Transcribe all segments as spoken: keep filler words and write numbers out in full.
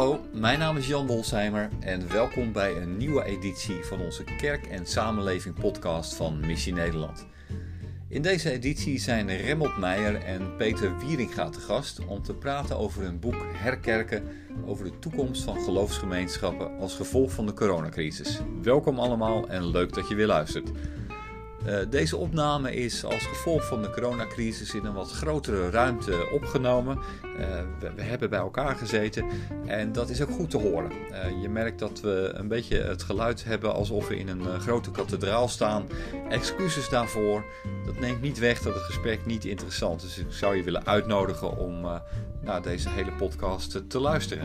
Hallo, mijn naam is Jan Wolsheimer en welkom bij een nieuwe editie van onze Kerk en Samenleving podcast van Missie Nederland. In deze editie zijn Remmelt Meijer en Peter Wieringa te gast om te praten over hun boek Herkerken, over de toekomst van geloofsgemeenschappen als gevolg van de coronacrisis. Welkom allemaal en leuk dat je weer luistert. Uh, deze opname is als gevolg van de coronacrisis in een wat grotere ruimte opgenomen. Uh, we, we hebben bij elkaar gezeten en dat is ook goed te horen. Uh, je merkt dat we een beetje het geluid hebben alsof we in een uh, grote kathedraal staan. Excuses daarvoor. Dat neemt niet weg dat het gesprek niet interessant is. Dus ik zou je willen uitnodigen om uh, naar deze hele podcast te, te luisteren.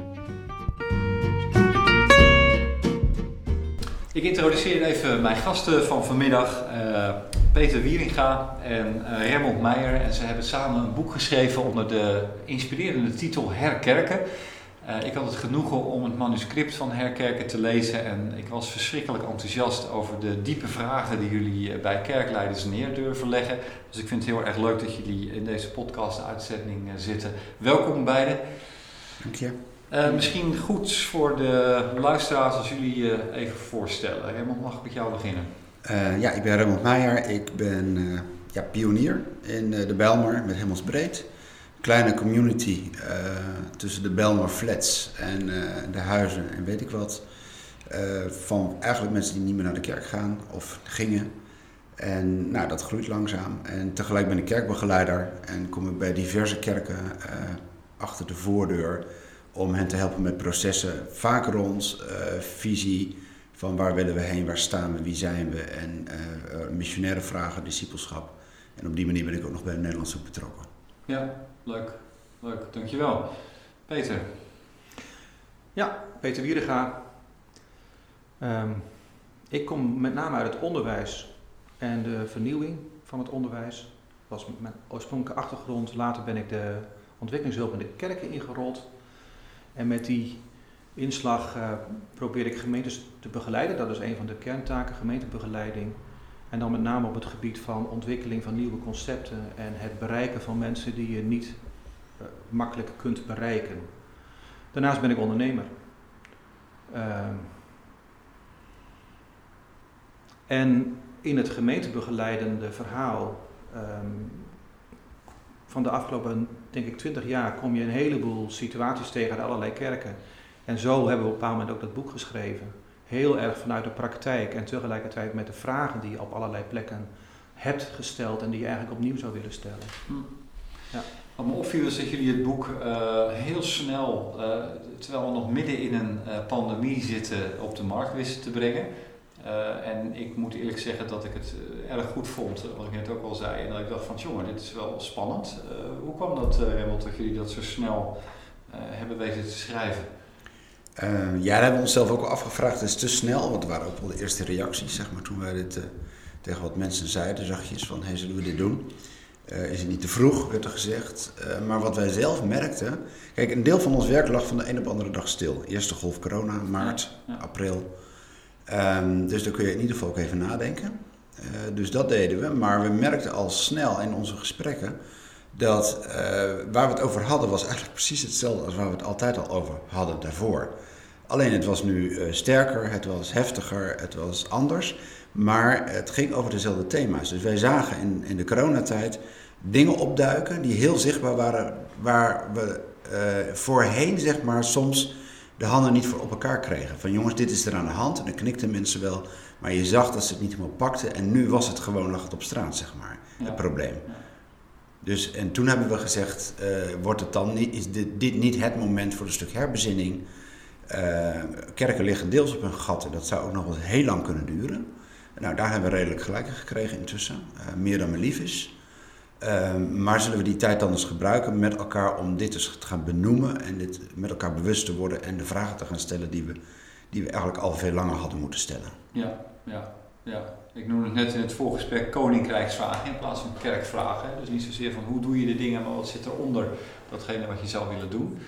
Ik introduceer even mijn gasten van vanmiddag, uh, Peter Wieringa en uh, Remmelt Meijer. En ze hebben samen een boek geschreven onder de inspirerende titel Herkerken. Uh, ik had het genoegen om het manuscript van Herkerken te lezen en ik was verschrikkelijk enthousiast over de diepe vragen die jullie bij kerkleiders neer durven leggen. Dus ik vind het heel erg leuk dat jullie in deze podcast-uitzending uh, zitten. Welkom beiden. Dank je. Uh, misschien goed voor de luisteraars als jullie je uh, even voorstellen. Remmelt, mag ik met jou beginnen? Uh, ja, ik ben Remmelt Meijer. Ik ben uh, ja, pionier in uh, de Bijlmer met Hemelsbreed. Kleine community uh, tussen de Bijlmer flats en uh, de huizen en weet ik wat. Uh, van eigenlijk mensen die niet meer naar de kerk gaan of gingen. En nou, dat groeit langzaam. En tegelijk ben ik kerkbegeleider en kom ik bij diverse kerken uh, achter de voordeur om hen te helpen met processen, vaak rond uh, visie van waar willen we heen, waar staan we, wie zijn we en uh, uh, missionaire vragen, discipelschap. En op die manier ben ik ook nog bij de Nederlandse betrokken. Ja, leuk. Leuk, dankjewel. Peter. Ja, Peter Wieringa. Um, ik kom met name uit het onderwijs en de vernieuwing van het onderwijs. Dat was mijn oorspronkelijke achtergrond. Later ben ik de ontwikkelingshulp in de kerken ingerold. En met die inslag uh, probeer ik gemeentes te begeleiden. Dat is een van de kerntaken, gemeentebegeleiding. En dan met name op het gebied van ontwikkeling van nieuwe concepten en het bereiken van mensen die je niet uh, makkelijk kunt bereiken. Daarnaast ben ik ondernemer. Uh, en in het gemeentebegeleidende verhaal um, van de afgelopen, denk ik, twintig jaar kom je een heleboel situaties tegen uit allerlei kerken. En zo hebben we op een bepaald moment ook dat boek geschreven. Heel erg vanuit de praktijk en tegelijkertijd met de vragen die je op allerlei plekken hebt gesteld en die je eigenlijk opnieuw zou willen stellen. Hm. Ja. Wat me opviel is dat jullie het boek uh, heel snel, uh, terwijl we nog midden in een uh, pandemie zitten, op de markt wisten te brengen. Uh, en ik moet eerlijk zeggen dat ik het uh, erg goed vond, uh, wat ik net ook al zei. En dat ik dacht van, jongen, dit is wel spannend. Uh, hoe kwam dat, uh, Remmelt, dat jullie dat zo snel uh, hebben weten te schrijven? Uh, ja, daar hebben we onszelf ook al afgevraagd. Het is te snel, want er waren ook wel de eerste reacties, zeg maar, toen wij dit uh, tegen wat mensen zeiden, zachtjes van, hey, zullen we dit doen? Uh, is het niet te vroeg, werd er gezegd. Uh, maar wat wij zelf merkten, kijk, een deel van ons werk lag van de een op de andere dag stil. Eerste golf corona, maart, ja, ja. april. Um, dus daar kun je in ieder geval ook even nadenken. Uh, dus dat deden we, maar we merkten al snel in onze gesprekken dat uh, waar we het over hadden was eigenlijk precies hetzelfde als waar we het altijd al over hadden daarvoor. Alleen het was nu uh, sterker, het was heftiger, het was anders, maar het ging over dezelfde thema's. Dus wij zagen in, in de coronatijd dingen opduiken die heel zichtbaar waren, waar we uh, voorheen, zeg maar, soms de handen niet voor op elkaar kregen. Van jongens, dit is er aan de hand. En dan knikten mensen wel. Maar je zag dat ze het niet helemaal pakten. En nu was het gewoon, lag het op straat, zeg maar. Ja. Het probleem. Ja. Dus, en toen hebben we gezegd, uh, wordt het dan niet, is dit, dit niet het moment voor een stuk herbezinning? Uh, kerken liggen deels op hun gat. En dat zou ook nog wel heel lang kunnen duren. Nou, daar hebben we redelijk gelijk gekregen intussen. Uh, meer dan me lief is. Uh, maar zullen we die tijd dan eens gebruiken met elkaar om dit eens te gaan benoemen en dit met elkaar bewust te worden en de vragen te gaan stellen die we, die we eigenlijk al veel langer hadden moeten stellen. Ja, ja, ja. Ik noemde het net in het voorgesprek koninkrijksvragen in plaats van kerkvragen. Dus niet zozeer van hoe doe je de dingen, maar wat zit eronder datgene wat je zou willen doen.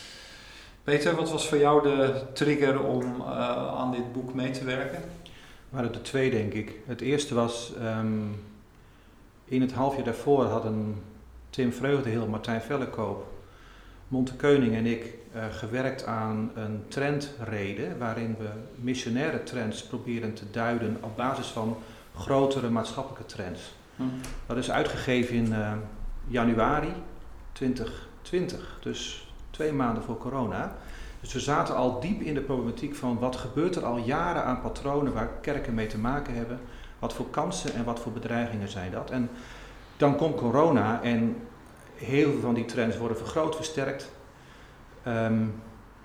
Peter, wat was voor jou de trigger om uh, aan dit boek mee te werken? Er waren er twee, denk ik. Het eerste was, um, in het halfjaar daarvoor hadden Tim Vreugdehil en Martijn Vellekoop Montekeuning en ik uh, gewerkt aan een trendrede waarin we missionaire trends proberen te duiden op basis van grotere maatschappelijke trends. Hm. Dat is uitgegeven in uh, januari twintig twintig, dus twee maanden voor corona. Dus we zaten al diep in de problematiek van wat gebeurt er al jaren aan patronen waar kerken mee te maken hebben. Wat voor kansen en wat voor bedreigingen zijn dat. En dan komt corona en heel veel van die trends worden vergroot, versterkt. Um,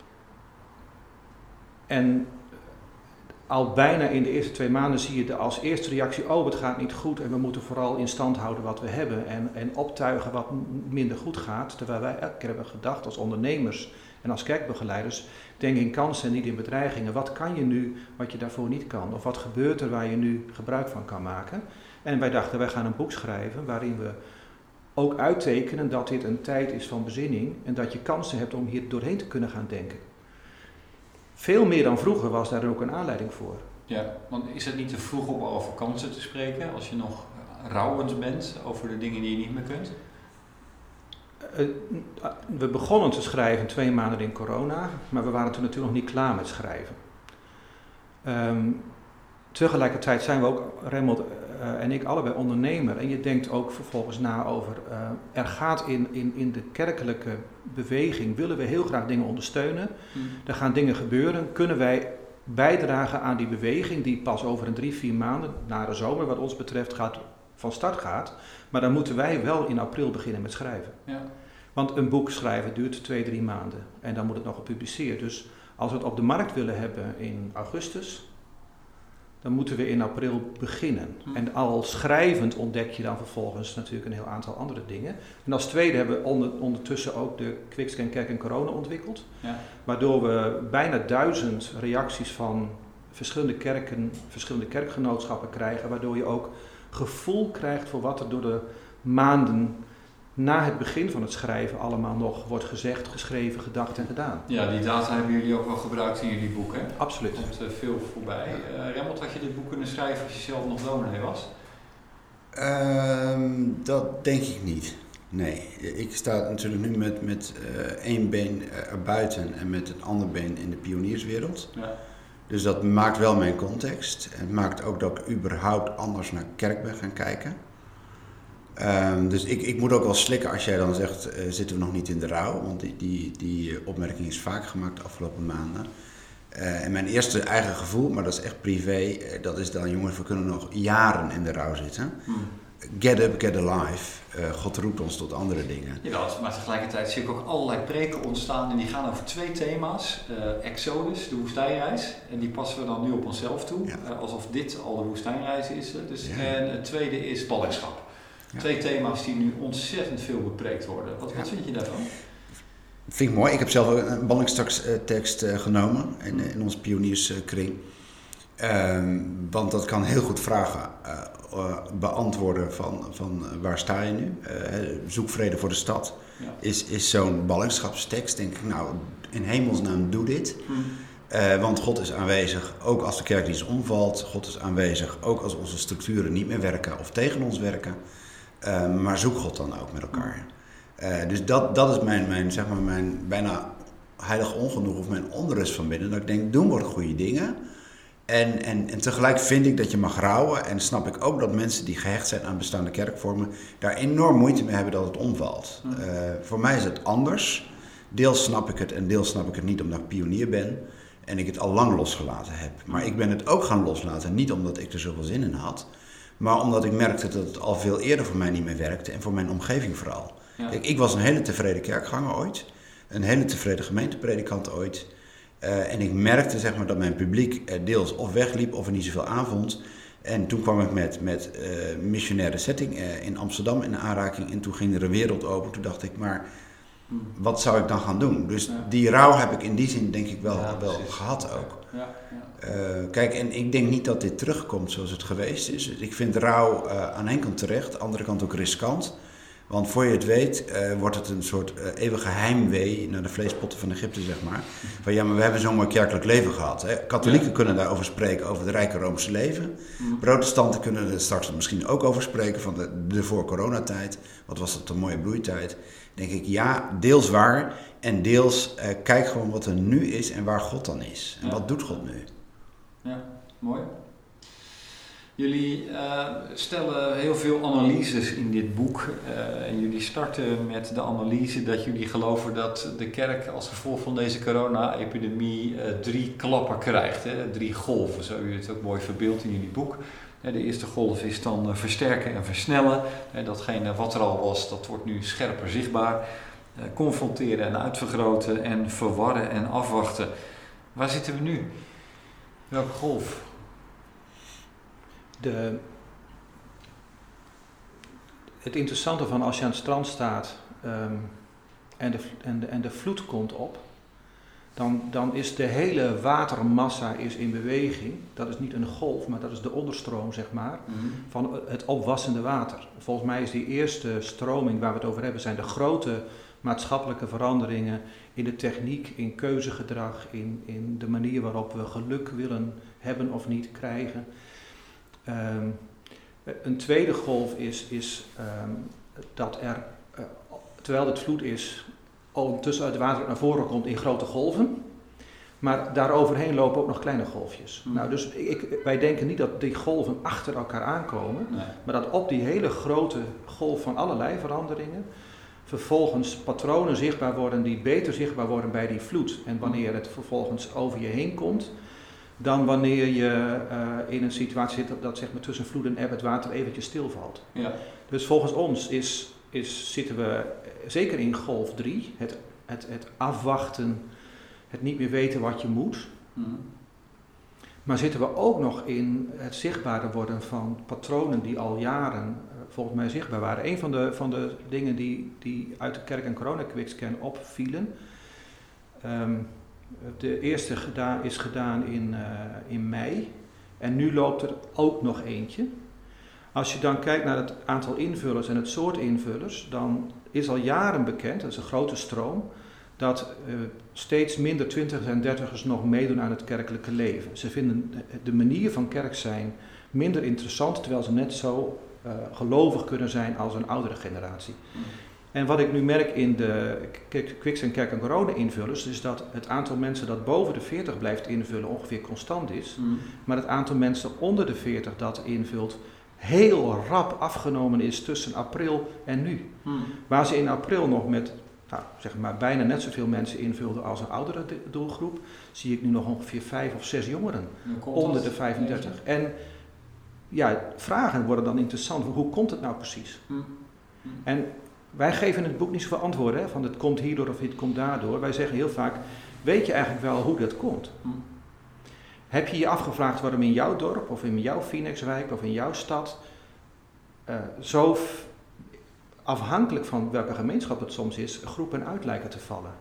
en al bijna in de eerste twee maanden zie je de als eerste reactie, oh het gaat niet goed en we moeten vooral in stand houden wat we hebben en, en optuigen wat minder goed gaat. Terwijl wij elke keer hebben gedacht als ondernemers en als kerkbegeleiders, denk in kansen en niet in bedreigingen. Wat kan je nu wat je daarvoor niet kan? Of wat gebeurt er waar je nu gebruik van kan maken? En wij dachten, wij gaan een boek schrijven waarin we ook uittekenen dat dit een tijd is van bezinning en dat je kansen hebt om hier doorheen te kunnen gaan denken. Veel meer dan vroeger was daar ook een aanleiding voor. Ja, want is het niet te vroeg om over kansen te spreken als je nog rouwend bent over de dingen die je niet meer kunt? Uh, we begonnen te schrijven twee maanden in corona, maar we waren toen natuurlijk nog niet klaar met schrijven. Um, tegelijkertijd zijn we ook, Remmelt uh, en ik, allebei ondernemer. En je denkt ook vervolgens na over, uh, er gaat in, in, in de kerkelijke beweging, willen we heel graag dingen ondersteunen. Mm. Er gaan dingen gebeuren. Kunnen wij bijdragen aan die beweging die pas over een drie, vier maanden, na de zomer wat ons betreft, gaat, van start gaat. Maar dan moeten wij wel in april beginnen met schrijven. Ja. Want een boek schrijven duurt twee, drie maanden. En dan moet het nog gepubliceerd. Dus als we het op de markt willen hebben in augustus, dan moeten we in april beginnen. Hm. En al schrijvend ontdek je dan vervolgens natuurlijk een heel aantal andere dingen. En als tweede hebben we onder, ondertussen ook de Quickscan Kerk en Corona ontwikkeld. Ja. Waardoor we bijna duizend reacties van verschillende kerken, verschillende kerkgenootschappen krijgen. Waardoor je ook gevoel krijgt voor wat er door de maanden na het begin van het schrijven allemaal nog wordt gezegd, geschreven, gedacht en gedaan. Ja, die data hebben jullie ook wel gebruikt in jullie boek, hè? Absoluut. Er komt uh, veel voorbij. Uh, Remmelt, had je dit boek kunnen schrijven als je zelf nog dominee was? Um, dat denk ik niet. Nee, ik sta natuurlijk nu met, met uh, één been erbuiten en met een ander been in de pionierswereld. Ja. Dus dat maakt wel mijn context. Het maakt ook dat ik überhaupt anders naar kerk ben gaan kijken. Um, dus ik, ik moet ook wel slikken als jij dan zegt, uh, zitten we nog niet in de rouw? Want die, die, die opmerking is vaak gemaakt de afgelopen maanden. Uh, en mijn eerste eigen gevoel, maar dat is echt privé, uh, dat is dan, jongens, we kunnen nog jaren in de rouw zitten. Hmm. Get up, get alive. Uh, God roept ons tot andere dingen. Jawel, maar tegelijkertijd zie ik ook allerlei preken ontstaan en die gaan over twee thema's. Uh, Exodus, de woestijnreis. En die passen we dan nu op onszelf toe. Ja. Uh, alsof dit al de woestijnreis is. Dus, ja. En het tweede is ballingschap. Ja. Twee thema's die nu ontzettend veel bepreekt worden. Wat, ja. wat vind je daarvan? Vind ik mooi. Ik heb zelf ook een ballingstekst uh, genomen in, in onze pionierskring. Um, want dat kan heel goed vragen uh, uh, beantwoorden van, van uh, waar sta je nu? Uh, zoek vrede voor de stad. Ja. Is, is zo'n ballingschapstekst, denk ik, nou, in hemelsnaam doe dit. Hmm. Uh, want God is aanwezig, ook als de kerkdienst omvalt. God is aanwezig, ook als onze structuren niet meer werken of tegen ons werken. Uh, maar zoek God dan ook met elkaar. Uh, dus dat, dat is mijn, mijn, zeg maar mijn bijna heilig ongenoeg of mijn onrust van binnen. Dat ik denk, doen we goede dingen. En, en, en tegelijk vind ik dat je mag rouwen. En snap ik ook dat mensen die gehecht zijn aan bestaande kerkvormen daar enorm moeite mee hebben dat het omvalt. Uh, voor mij is het anders. Deels snap ik het en deels snap ik het niet omdat ik pionier ben. En ik het al lang losgelaten heb. Maar ik ben het ook gaan loslaten. Niet omdat ik er zoveel zin in had. Maar omdat ik merkte dat het al veel eerder voor mij niet meer werkte. En voor mijn omgeving vooral. Ja. Kijk, ik was een hele tevreden kerkganger ooit. Een hele tevreden gemeentepredikant ooit. Uh, en ik merkte zeg maar, dat mijn publiek uh, deels of wegliep of er niet zoveel aanvond. En toen kwam ik met, met uh, missionaire setting uh, in Amsterdam in aanraking. En toen ging er een wereld open. Toen dacht ik, maar wat zou ik dan gaan doen? Dus ja. die rouw heb ik in die zin denk ik wel, ja, wel gehad ook. Ja, ja. Uh, kijk, en ik denk niet dat dit terugkomt zoals het geweest is. Ik vind rouw uh, aan de ene kant terecht, aan de andere kant ook riskant. Want voor je het weet, uh, wordt het een soort uh, eeuwige heimwee naar de vleespotten van Egypte, zeg maar. Van ja, maar we hebben zo'n mooi kerkelijk leven gehad. Hè? Katholieken ja. kunnen daarover spreken, over het rijke Roomse leven. Mm. Protestanten kunnen er straks misschien ook over spreken van de, de voor-coronatijd. Wat was dat een mooie bloeitijd. Denk ik, ja, deels waar. En deels, uh, kijk gewoon wat er nu is en waar God dan is. En ja. wat doet God nu? Ja, mooi. Jullie uh, stellen heel veel analyses in dit boek uh, en jullie starten met de analyse dat jullie geloven dat de kerk als gevolg van deze corona-epidemie uh, drie klappen krijgt, hè? Drie golven, zo u het ook mooi verbeeldt in jullie boek. De eerste golf is dan versterken en versnellen, datgene wat er al was, dat wordt nu scherper zichtbaar. Confronteren en uitvergroten en verwarren en afwachten. Waar zitten we nu? Welke golf? De, het interessante van als je aan het strand staat um, en, de, en, de, en de vloed komt op, dan, dan is de hele watermassa is in beweging. Dat is niet een golf, maar dat is de onderstroom, zeg maar, mm-hmm. van het opwassende water. Volgens mij is die eerste stroming waar we het over hebben, zijn de grote maatschappelijke veranderingen in de techniek, in keuzegedrag, in, in de manier waarop we geluk willen hebben of niet krijgen. Um, een tweede golf is, is um, dat er, uh, terwijl het vloed is, ondertussen uit het water naar voren komt in grote golven, maar daaroverheen lopen ook nog kleine golfjes. Mm. Nou, dus ik, wij denken niet dat die golven achter elkaar aankomen, nee. maar dat op die hele grote golf van allerlei veranderingen vervolgens patronen zichtbaar worden die beter zichtbaar worden bij die vloed. En wanneer het vervolgens over je heen komt, dan wanneer je uh, in een situatie zit dat, dat zeg maar, tussen vloed en eb het water eventjes stilvalt. Ja. Dus volgens ons is, is, zitten we zeker in golf drie, het, het, het afwachten, het niet meer weten wat je moet. Mm. Maar zitten we ook nog in het zichtbaarder worden van patronen die al jaren uh, volgens mij zichtbaar waren. Een van de, van de dingen die, die uit de kerk- en corona-quickscan opvielen. Um, de eerste geda- is gedaan in, uh, in mei en nu loopt er ook nog eentje. Als je dan kijkt naar het aantal invullers en het soort invullers, dan is al jaren bekend, dat is een grote stroom, dat uh, steeds minder twintigers en dertigers nog meedoen aan het kerkelijke leven. Ze vinden de manier van kerk zijn minder interessant, terwijl ze net zo uh, gelovig kunnen zijn als een oudere generatie. Mm. En wat ik nu merk in de Quickscan Kerk en Corona invullers, is dat het aantal mensen dat boven de veertig blijft invullen ongeveer constant is, mm. maar het aantal mensen onder de veertig dat invult heel rap afgenomen is tussen april en nu. Mm. Waar ze in april nog met nou, zeg maar bijna net zoveel mensen invulden als een oudere doelgroep, zie ik nu nog ongeveer vijf of zes jongeren onder de vijfendertig. Ja. En ja, vragen worden dan interessant, hoe komt het nou precies? Mm. Mm. En wij geven in het boek niet zoveel antwoorden, hè, van het komt hierdoor of het komt daardoor. Wij zeggen heel vaak, weet je eigenlijk wel hoe dat komt? Mm. Heb je je afgevraagd waarom in jouw dorp of in jouw Phoenixwijk of in jouw stad uh, zo f- afhankelijk van welke gemeenschap het soms is, groepen uit lijken te vallen?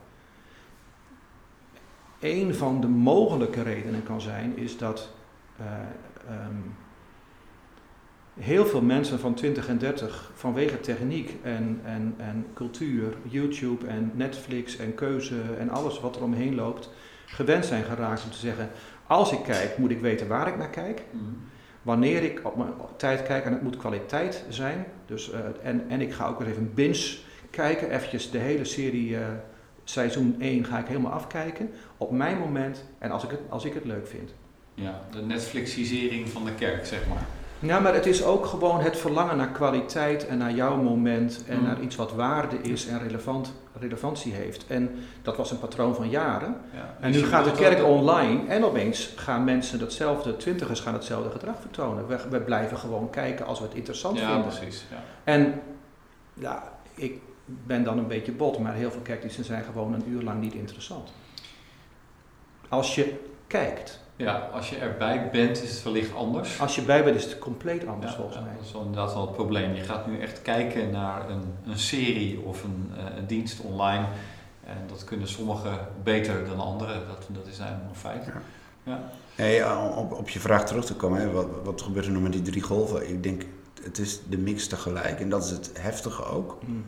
Een van de mogelijke redenen kan zijn, is dat uh, um, heel veel mensen van twintig en dertig vanwege techniek en, en, en cultuur, YouTube en Netflix en keuze en alles wat er omheen loopt, gewend zijn geraakt om te zeggen, als ik kijk, moet ik weten waar ik naar kijk. Mm. Wanneer ik op mijn tijd kijk, en het moet kwaliteit zijn. Dus, uh, en, en ik ga ook weer even binge kijken, eventjes de hele serie uh, seizoen één ga ik helemaal afkijken. Op mijn moment en als ik het, als ik het leuk vind. Ja, de Netflixisering van de kerk, zeg maar. Ja, maar het is ook gewoon het verlangen naar kwaliteit en naar jouw moment en mm. naar iets wat waarde is en relevant, relevantie heeft. En dat was een patroon van jaren. Ja, en nu gaat de kerk online en opeens gaan mensen datzelfde, twintigers gaan hetzelfde gedrag vertonen. We, we blijven gewoon kijken als we het interessant ja, vinden. Precies, ja. En ja, ik ben dan een beetje bot, maar heel veel kerkdiensten zijn gewoon een uur lang niet interessant. Als je kijkt. Ja, als je erbij bent is het wellicht anders. Als je bij bent is het compleet anders, ja, volgens ja, mij. Dat is wel inderdaad wel het probleem. Je gaat nu echt kijken naar een, een serie of een, uh, een dienst online. En dat kunnen sommigen beter dan anderen. Dat, dat is eigenlijk een feit. Ja. Ja. Hey, op, op je vraag terug te komen, hè, wat, wat gebeurt er nou met die drie golven? Ik denk het is de mix tegelijk en dat is het heftige ook. Mm.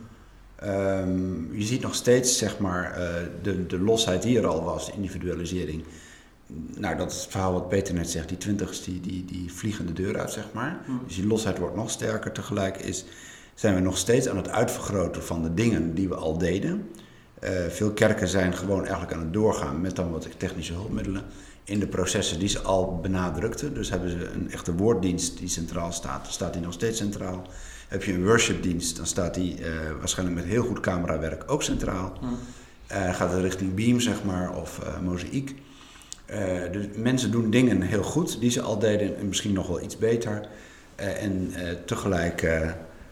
Um, je ziet nog steeds, zeg maar, uh, de, de losheid die er al was, de individualisering. Nou, dat is het verhaal wat Peter net zegt, die twintigers die, die, die vliegen de deur uit, zeg maar. Mm. Dus die losheid wordt nog sterker. Tegelijk is, zijn we nog steeds aan het uitvergroten van de dingen die we al deden. Uh, veel kerken zijn gewoon eigenlijk aan het doorgaan met dan wat technische hulpmiddelen in de processen die ze al benadrukten. Dus hebben ze een echte woorddienst die centraal staat, dan staat die nog steeds centraal. Heb je een worshipdienst, dan staat die uh, waarschijnlijk met heel goed camerawerk ook centraal. Mm. Uh, gaat het richting Beam, zeg maar, of uh, Mozaïek. Uh, dus mensen doen dingen heel goed die ze al deden en misschien nog wel iets beter. Uh, en uh, tegelijk uh, uh,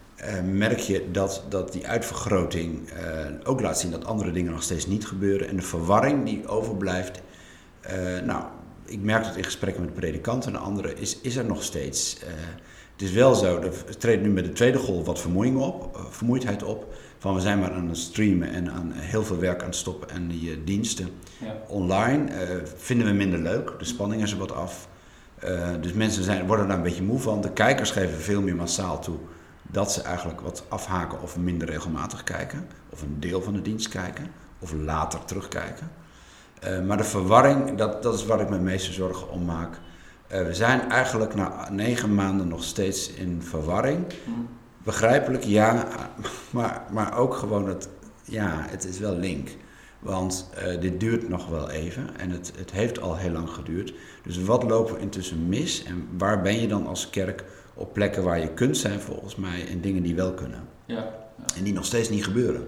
merk je dat, dat die uitvergroting uh, ook laat zien dat andere dingen nog steeds niet gebeuren. En de verwarring die overblijft, uh, nou, ik merk dat in gesprekken met predikanten en anderen, is, is er nog steeds. Uh, het is wel zo, er treedt nu met de tweede golf wat vermoeiing op, uh, vermoeidheid op. Van we zijn maar aan het streamen en aan heel veel werk aan het stoppen en die uh, diensten ja. online uh, vinden we minder leuk. De spanning is er wat af. Uh, dus mensen zijn, worden daar een beetje moe van. De kijkers geven veel meer massaal toe dat ze eigenlijk wat afhaken of minder regelmatig kijken. Of een deel van de dienst kijken. Of later terugkijken. Uh, maar de verwarring, dat, dat is waar ik me meeste zorgen om maak. Uh, we zijn eigenlijk na negen maanden nog steeds in verwarring. Mm. Begrijpelijk, ja, maar, maar ook gewoon dat, ja, het is wel link. Want uh, dit duurt nog wel even en het, het heeft al heel lang geduurd. Dus wat lopen we intussen mis en waar ben je dan als kerk op plekken waar je kunt zijn volgens mij en dingen die wel kunnen. Ja, ja. En die nog steeds niet gebeuren.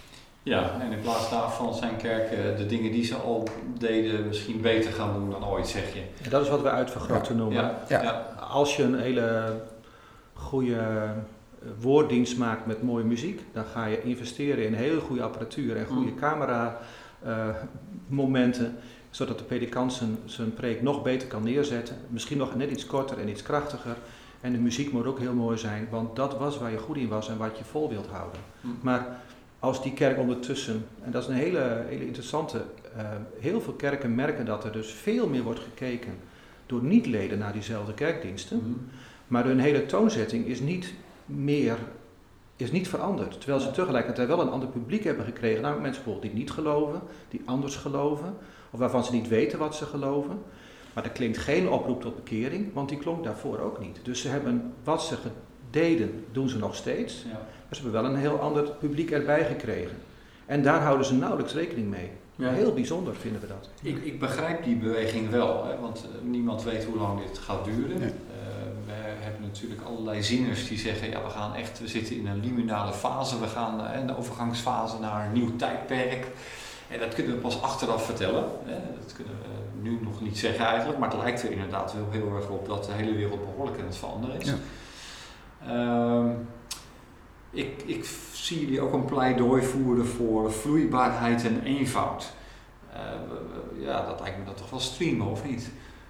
Ja, en in plaats daarvan zijn kerken de dingen die ze al deden misschien beter gaan doen dan ooit, zeg je. Ja, dat is wat we uitvergroten ja. noemen. Ja. Ja. Ja. Als je een hele goede woorddienst maakt met mooie muziek, dan ga je investeren in hele goede apparatuur en goede mm. camera uh, momenten, zodat de predikant zijn, zijn preek nog beter kan neerzetten. Misschien nog net iets korter en iets krachtiger. En de muziek moet ook heel mooi zijn, want dat was waar je goed in was en wat je vol wilt houden. Mm. Maar als die kerk ondertussen, en dat is een hele, hele interessante, uh, heel veel kerken merken dat er dus veel meer wordt gekeken door niet-leden naar diezelfde kerkdiensten, mm. maar hun hele toonzetting is niet meer, is niet veranderd. Terwijl ze tegelijkertijd wel een ander publiek hebben gekregen. Namelijk mensen bijvoorbeeld die niet geloven, die anders geloven, of waarvan ze niet weten wat ze geloven. Maar er klinkt geen oproep tot bekering, want die klonk daarvoor ook niet. Dus ze hebben wat ze deden, doen ze nog steeds. Ja. Maar ze hebben wel een heel ander publiek erbij gekregen. En daar houden ze nauwelijks rekening mee. Ja. Heel bijzonder vinden we dat. Ik, ik begrijp die beweging wel, hè, want uh, niemand weet hoe lang dit gaat duren. Ja. Uh, we hebben natuurlijk allerlei zieners die zeggen, ja, we gaan echt, we zitten in een liminale fase, we gaan uh, in de overgangsfase naar een nieuw tijdperk. En dat kunnen we pas achteraf vertellen. Hè. Dat kunnen we nu nog niet zeggen eigenlijk, maar het lijkt er inderdaad wel heel erg op dat de hele wereld behoorlijk aan het veranderen is. Ja. Uh, ik, ik zie jullie ook een pleidooi voeren voor vloeibaarheid en eenvoud. Uh, ja, dat lijkt me dat toch wel streamen, of niet?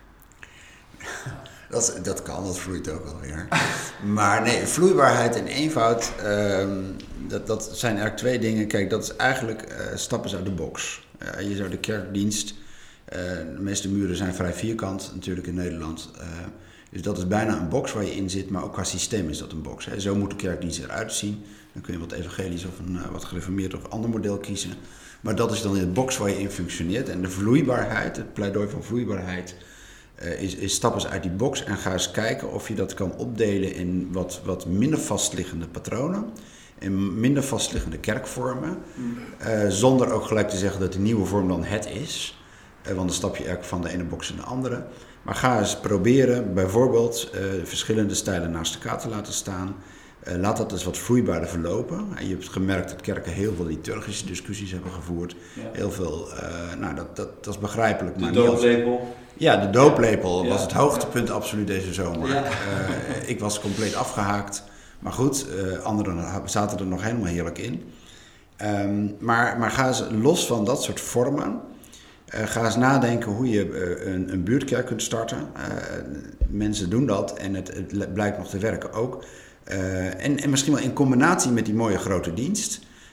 Dat, dat kan, dat vloeit ook alweer. Maar nee, vloeibaarheid en eenvoud, um, dat, dat zijn eigenlijk twee dingen. Kijk, dat is eigenlijk uh, stappen uit de box. Uh, je zou de kerkdienst, uh, de meeste muren zijn vrij vierkant natuurlijk in Nederland. Uh, dus dat is bijna een box waar je in zit, maar ook qua systeem is dat een box. Hè. Zo moet de kerkdienst eruit zien. Dan kun je wat evangelisch of een uh, wat gereformeerd of ander model kiezen. Maar dat is dan de box waar je in functioneert. En de vloeibaarheid, het pleidooi van vloeibaarheid, uh, is, is stap eens uit die box en ga eens kijken of je dat kan opdelen in wat, wat minder vastliggende patronen. In minder vastliggende kerkvormen. Uh, zonder ook gelijk te zeggen dat de nieuwe vorm dan het is. Uh, want dan stap je eigenlijk van de ene box in de andere. Maar ga eens proberen bijvoorbeeld uh, verschillende stijlen naast elkaar te laten staan. Uh, laat dat eens wat vloeibaarder verlopen. En je hebt gemerkt dat kerken heel veel liturgische discussies hebben gevoerd. Ja. Heel veel, uh, nou dat, dat, dat is begrijpelijk. De dooplepel. Ja, de dooplepel ja. was het hoogtepunt ja. absoluut deze zomer. Ja. Uh, ik was compleet afgehaakt. Maar goed, uh, anderen zaten er nog helemaal heerlijk in. Um, maar, maar ga eens los van dat soort vormen. Uh, ga eens nadenken hoe je uh, een, een buurtkerk kunt starten. Uh, mensen doen dat en het, het blijkt nog te werken ook. Uh, en, en misschien wel in combinatie met die mooie grote dienst.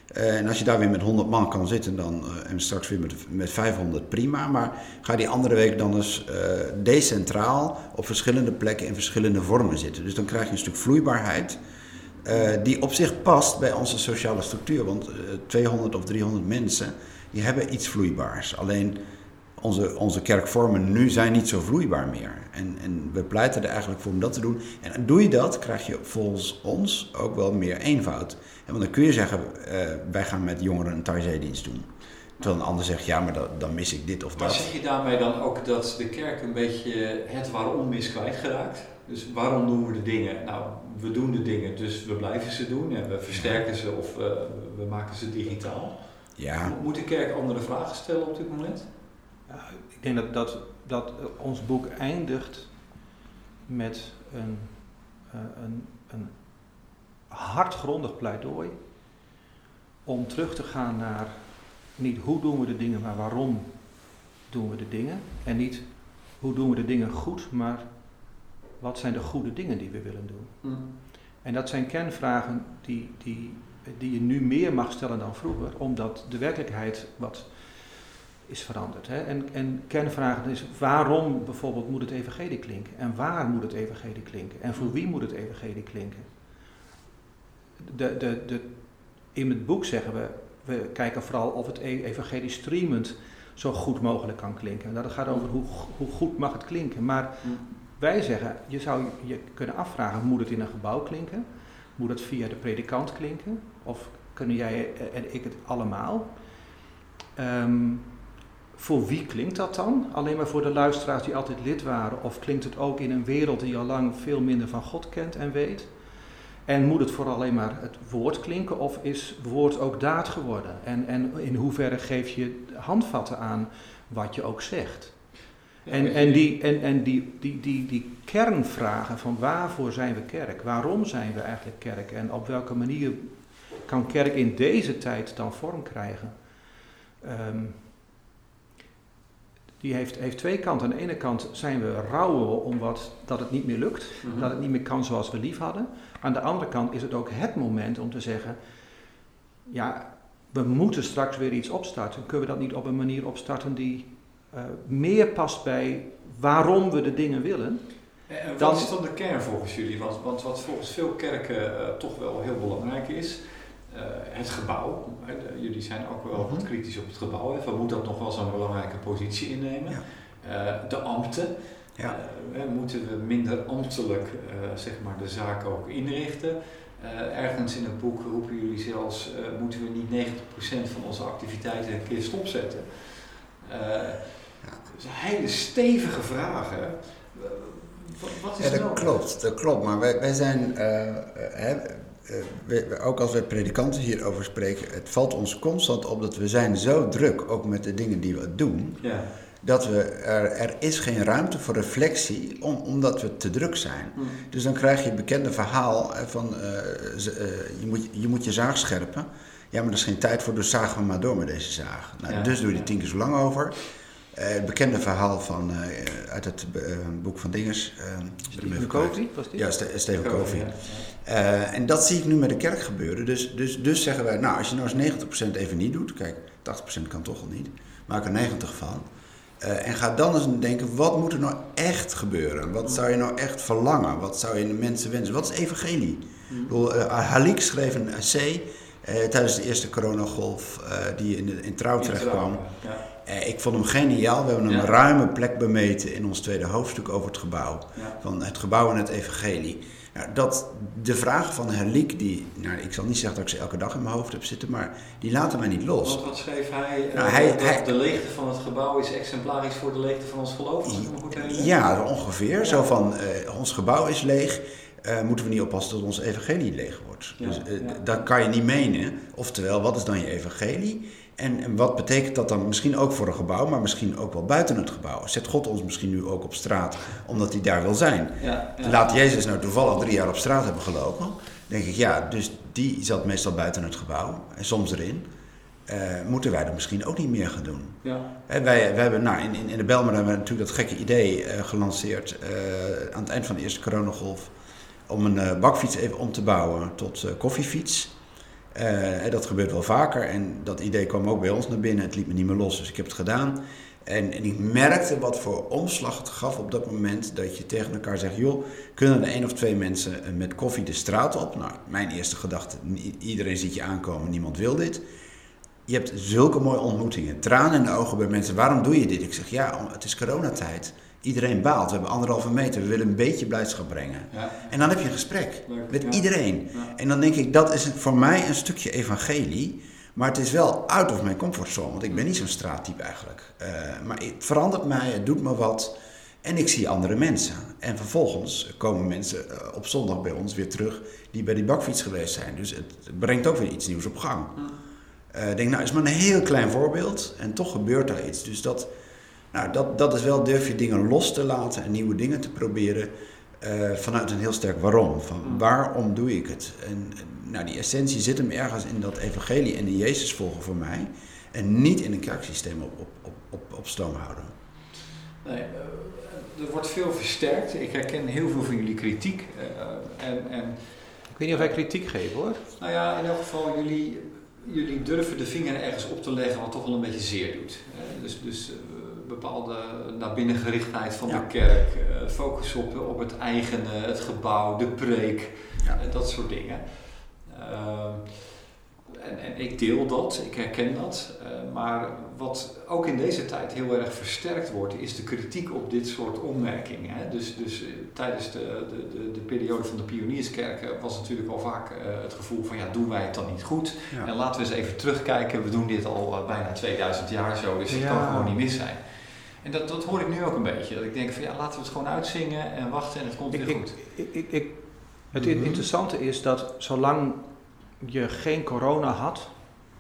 Uh, en als je daar weer met honderd man kan zitten dan, uh, en straks weer met, met vijfhonderd, prima. Maar ga die andere week dan eens uh, decentraal op verschillende plekken in verschillende vormen zitten. Dus dan krijg je een stuk vloeibaarheid uh, die op zich past bij onze sociale structuur. Want uh, tweehonderd of driehonderd mensen, die hebben iets vloeibaars. Alleen onze, onze kerkvormen nu zijn niet zo vloeibaar meer. En, en we pleiten er eigenlijk voor om dat te doen. En doe je dat, krijg je volgens ons ook wel meer eenvoud. En want dan kun je zeggen, uh, wij gaan met jongeren een taizé-dienst doen. Terwijl een ander zegt, ja, maar dat, dan mis ik dit of dat. Maar zeg je daarmee dan ook dat de kerk een beetje het waarom is kwijtgeraakt? Dus waarom doen we de dingen? Nou, we doen de dingen, dus we blijven ze doen. En we versterken ze of uh, we maken ze digitaal. Ja. Moet de kerk andere vragen stellen op dit moment? Ja, ik denk dat, dat, dat ons boek eindigt met een, uh, een, een hardgrondig pleidooi om terug te gaan naar niet hoe doen we de dingen, maar waarom doen we de dingen. En niet hoe doen we de dingen goed, maar wat zijn de goede dingen die we willen doen. Mm. En dat zijn kernvragen die, die, die je nu meer mag stellen dan vroeger, omdat de werkelijkheid wat is veranderd. Hè? En, en kernvragen is waarom bijvoorbeeld moet het evangelie klinken? En waar moet het evangelie klinken? En voor wie moet het evangelie klinken? De, de, de, in het boek zeggen we, we kijken vooral of het evangelie streamend zo goed mogelijk kan klinken. Dat gaat over hoe, hoe goed mag het klinken. Maar wij zeggen, je zou je kunnen afvragen, moet het in een gebouw klinken? Moet het via de predikant klinken? Of kunnen jij en ik het allemaal? Um, voor wie klinkt dat dan? Alleen maar voor de luisteraars die altijd lid waren? Of klinkt het ook in een wereld die al lang veel minder van God kent en weet? En moet het vooral alleen maar het woord klinken of is woord ook daad geworden? En, en in hoeverre geef je handvatten aan wat je ook zegt? Ja, en en, die, en, en die, die, die, die kernvragen van waarvoor zijn we kerk? Waarom zijn we eigenlijk kerk? En op welke manier kan kerk in deze tijd dan vorm krijgen? Um, die heeft, heeft twee kanten. Aan de ene kant zijn we rouwen om wat, dat het niet meer lukt. Mm-hmm. Dat het niet meer kan zoals we lief hadden. Aan de andere kant is het ook het moment om te zeggen, ja, we moeten straks weer iets opstarten. Kunnen we dat niet op een manier opstarten die uh, meer past bij waarom we de dingen willen? En wat dan, is dan de kern volgens jullie? Want, want wat volgens veel kerken uh, toch wel heel belangrijk is, uh, het gebouw. Uh, jullie zijn ook wel wat kritisch op het gebouw. Hè? Van, moet dat nog wel zo'n belangrijke positie innemen? Ja. Uh, de ambten. Ja. Uh, moeten we minder ambtelijk uh, zeg maar de zaak ook inrichten? Uh, ergens in het boek roepen jullie zelfs, uh, moeten we niet negentig procent van onze activiteiten een keer stopzetten? Uh, ja. Dus hele stevige vragen. Uh, wat, wat is ja, dat nou? klopt, dat klopt. Maar wij, wij zijn, uh, uh, hè, uh, we, ook als wij predikanten hierover spreken, het valt ons constant op dat we zijn zo druk, ook met de dingen die we doen. Ja. Dat we, er, er is geen ruimte voor reflectie om, omdat we te druk zijn. Mm. Dus dan krijg je het bekende verhaal van uh, uh, je, moet, je moet je zaag scherpen. Ja, maar er is geen tijd voor, dus zagen we maar door met deze zaag. Nou, ja. Dus doe je er tien keer zo lang over. Uh, het bekende verhaal van, uh, uit het uh, boek van Dingers. Uh, Stephen Covey, was dit? Ja, Ste- Stephen Covey. Ja. Uh, en dat zie ik nu met de kerk gebeuren. Dus, dus, dus zeggen wij, nou, als je nou eens negentig procent even niet doet, kijk, tachtig procent kan toch al niet, maak er negentig van. Uh, en ga dan eens denken, wat moet er nou echt gebeuren? Wat zou je nou echt verlangen? Wat zou je de mensen wensen? Wat is evangelie? Mm. Ik bedoel, uh, Halik schreef een essay uh, tijdens de eerste coronagolf uh, die in, de, in Trouw terecht kwam. Ja. Uh, ik vond hem geniaal. We hebben een ja. ruime plek bemeten in ons tweede hoofdstuk over het gebouw. Ja. Van het gebouw en het evangelie. Nou, dat, de vragen van Halik, die, nou, ik zal niet zeggen dat ik ze elke dag in mijn hoofd heb zitten, maar die laten mij niet los. Want wat schreef hij? Nou, uh, hij, dat hij? De leegte van het gebouw is exemplarisch voor de leegte van ons geloof? I, ja, ongeveer. Ja. Zo van, uh, ons gebouw is leeg, uh, moeten we niet oppassen dat ons evangelie leeg wordt. Ja, dus uh, ja. dat kan je niet menen. Oftewel, wat is dan je evangelie? En, en wat betekent dat dan misschien ook voor een gebouw, maar misschien ook wel buiten het gebouw? Zet God ons misschien nu ook op straat, omdat hij daar wil zijn? Ja, ja. Laat Jezus nou toevallig drie jaar op straat hebben gelopen. Dan denk ik, ja, dus die zat meestal buiten het gebouw en soms erin. Uh, moeten wij dat misschien ook niet meer gaan doen? Ja. He, wij, wij hebben, nou, in, in, in de Bijlmer hebben we natuurlijk dat gekke idee uh, gelanceerd uh, aan het eind van de eerste coronagolf om een uh, bakfiets even om te bouwen tot uh, koffiefiets. Uh, dat gebeurt wel vaker en dat idee kwam ook bij ons naar binnen. Het liet me niet meer los, dus ik heb het gedaan. En, en ik merkte wat voor omslag het gaf op dat moment dat je tegen elkaar zegt, joh, kunnen er één of twee mensen met koffie de straat op? Nou, mijn eerste gedachte, iedereen ziet je aankomen, niemand wil dit. Je hebt zulke mooie ontmoetingen, tranen in de ogen bij mensen, waarom doe je dit? Ik zeg, ja, het is coronatijd. Iedereen baalt, we hebben anderhalve meter, we willen een beetje blijdschap brengen. Ja. En dan heb je een gesprek Leuk. met ja. iedereen. Ja. En dan denk ik, dat is voor mij een stukje evangelie. Maar het is wel out of mijn comfortzone, want ik ben niet zo'n straattype eigenlijk. Uh, maar het verandert mij, het doet me wat en ik zie andere mensen. En vervolgens komen mensen uh, op zondag bij ons weer terug die bij die bakfiets geweest zijn. Dus het brengt ook weer iets nieuws op gang. Ik uh, denk, nou, is maar een heel klein voorbeeld en toch gebeurt daar iets. Dus dat, nou, dat, dat is wel, durf je dingen los te laten en nieuwe dingen te proberen uh, vanuit een heel sterk waarom. Van waarom doe ik het? En, Nou, die essentie zit hem ergens in dat evangelie en in Jezus volgen voor mij. En niet in een kerksysteem op, op, op, op stoom houden. Nee, uh, er wordt veel versterkt. Ik herken heel veel van jullie kritiek. Uh, en, en, ik weet niet of wij kritiek geven hoor. Nou ja, in elk geval, jullie, jullie durven de vinger ergens op te leggen wat toch wel een beetje zeer doet. Uh, dus dus uh, bepaalde naar binnen gerichtheid van ja. de kerk. Uh, focus op, op het eigene, het gebouw, de preek. Ja. Uh, dat soort dingen. Uh, en, en ik deel dat, ik herken dat, uh, maar wat ook in deze tijd heel erg versterkt wordt, is de kritiek op dit soort opmerkingen. Hè? Dus, dus uh, tijdens de, de, de, de periode van de pionierskerken was natuurlijk al vaak uh, het gevoel van ja, doen wij het dan niet goed? Ja. En laten we eens even terugkijken, we doen dit al uh, bijna tweeduizend jaar zo, dus het ja. kan gewoon niet mis zijn. En dat, dat hoor ik nu ook een beetje, dat ik denk van ja, laten we het gewoon uitzingen en wachten en het komt ik, weer goed. Ik, ik, ik, ik, het mm-hmm. interessante is dat zolang je geen corona had,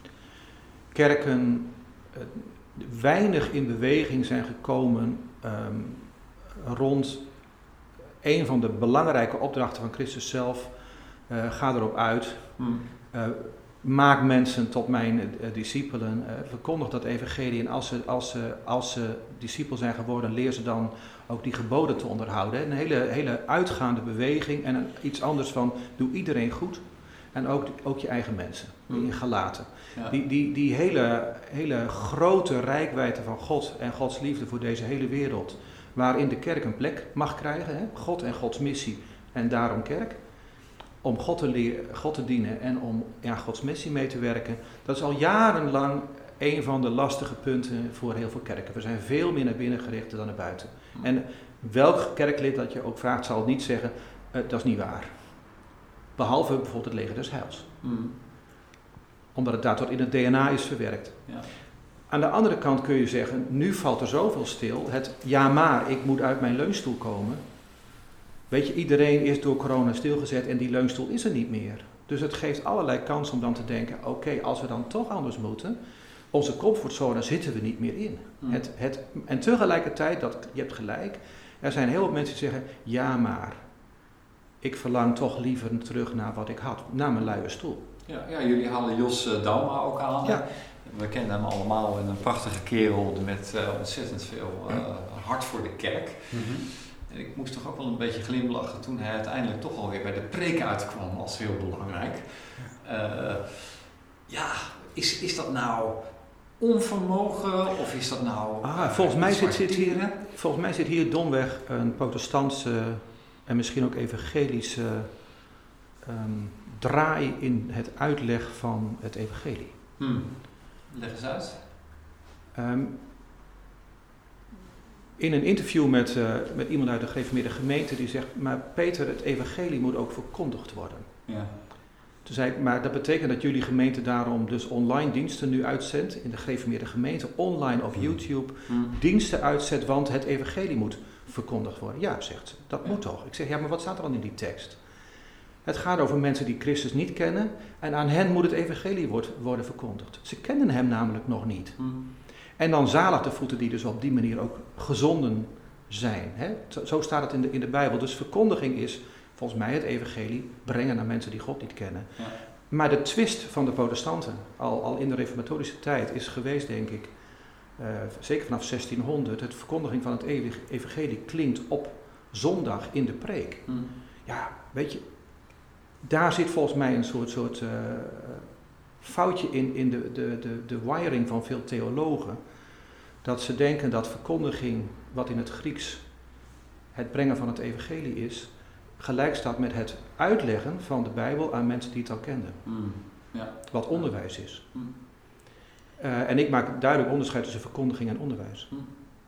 kerken uh, weinig in beweging zijn gekomen um, rond een van de belangrijke opdrachten van Christus zelf. Uh, ga erop uit, hmm. uh, maak mensen tot mijn uh, discipelen, uh, verkondig dat evangelie en als ze, als, ze, als ze discipel zijn geworden, leer ze dan ook die geboden te onderhouden. Een hele, hele uitgaande beweging en een, iets anders van doe iedereen goed. En ook, ook je eigen mensen, die in Galaten. Ja. Die, die, die hele, hele grote reikwijdte van God en Gods liefde voor deze hele wereld, waarin de kerk een plek mag krijgen, hè? God en Gods missie en daarom kerk, om God te, leer, God te dienen en om ja, Gods missie mee te werken. Dat is al jarenlang een van de lastige punten voor heel veel kerken. We zijn veel meer naar binnen gericht dan naar buiten. En welk kerklid dat je ook vraagt zal niet zeggen, uh, dat is niet waar. Behalve bijvoorbeeld het leger des heils. Mm. Omdat het daar tot in het D N A is verwerkt. Ja. Aan de andere kant kun je zeggen, nu valt er zoveel stil. Het ja maar, ik moet uit mijn leunstoel komen. Weet je, iedereen is door corona stilgezet en die leunstoel is er niet meer. Dus het geeft allerlei kansen om dan te denken, oké, okay, als we dan toch anders moeten, onze comfortzone zitten we niet meer in. Mm. Het, het, en tegelijkertijd, dat, je hebt gelijk, er zijn heel veel mensen die zeggen, ja maar. Ik verlang toch liever terug naar wat ik had, naar mijn luie stoel. Ja, ja jullie halen Jos uh, Dauma ook aan. Ja. We kennen hem allemaal en een prachtige kerel met uh, ontzettend veel uh, hart voor de kerk. Mm-hmm. En ik moest toch ook wel een beetje glimlachen toen hij uiteindelijk toch alweer bij de preek uitkwam als heel belangrijk. Uh, ja, is, is dat nou onvermogen of is dat nou... Ah, volgens, mij zit, zit hier, volgens mij zit hier domweg een protestantse... en misschien ook evangelische um, draai in het uitleg van het evangelie. Hmm. Leg eens uit. Um, in een interview met, uh, met iemand uit de gereformeerde gemeente die zegt, maar Peter, het evangelie moet ook verkondigd worden. Ja. Toen zei ik, maar dat betekent dat jullie gemeente daarom dus online diensten nu uitzendt, in de gereformeerde gemeente, online op YouTube, hmm. diensten uitzet, want het evangelie moet verkondigd worden. Ja, zegt ze, dat ja. moet toch. Ik zeg, ja, maar wat staat er dan in die tekst? Het gaat over mensen die Christus niet kennen en aan hen moet het evangelie wordt, worden verkondigd. Ze kennen hem namelijk nog niet. Hmm. En dan zalig de voeten die dus op die manier ook gezonden zijn. Hè? Zo, zo staat het in de, in de Bijbel. Dus verkondiging is volgens mij het evangelie brengen naar mensen die God niet kennen. Ja. Maar de twist van de protestanten, al, al in de reformatorische tijd, is geweest, denk ik, uh, zeker vanaf zestienhonderd, het verkondiging van het evangelie klinkt op zondag in de preek. Hmm. Ja, weet je, daar zit volgens mij een soort, soort uh, foutje in, in de, de, de, de wiring van veel theologen. Dat ze denken dat verkondiging, wat in het Grieks het brengen van het evangelie is, gelijk staat met het uitleggen van de Bijbel aan mensen die het al kenden. Mm. Ja. Wat onderwijs is. Mm. Uh, en ik maak duidelijk onderscheid tussen verkondiging en onderwijs. Mm.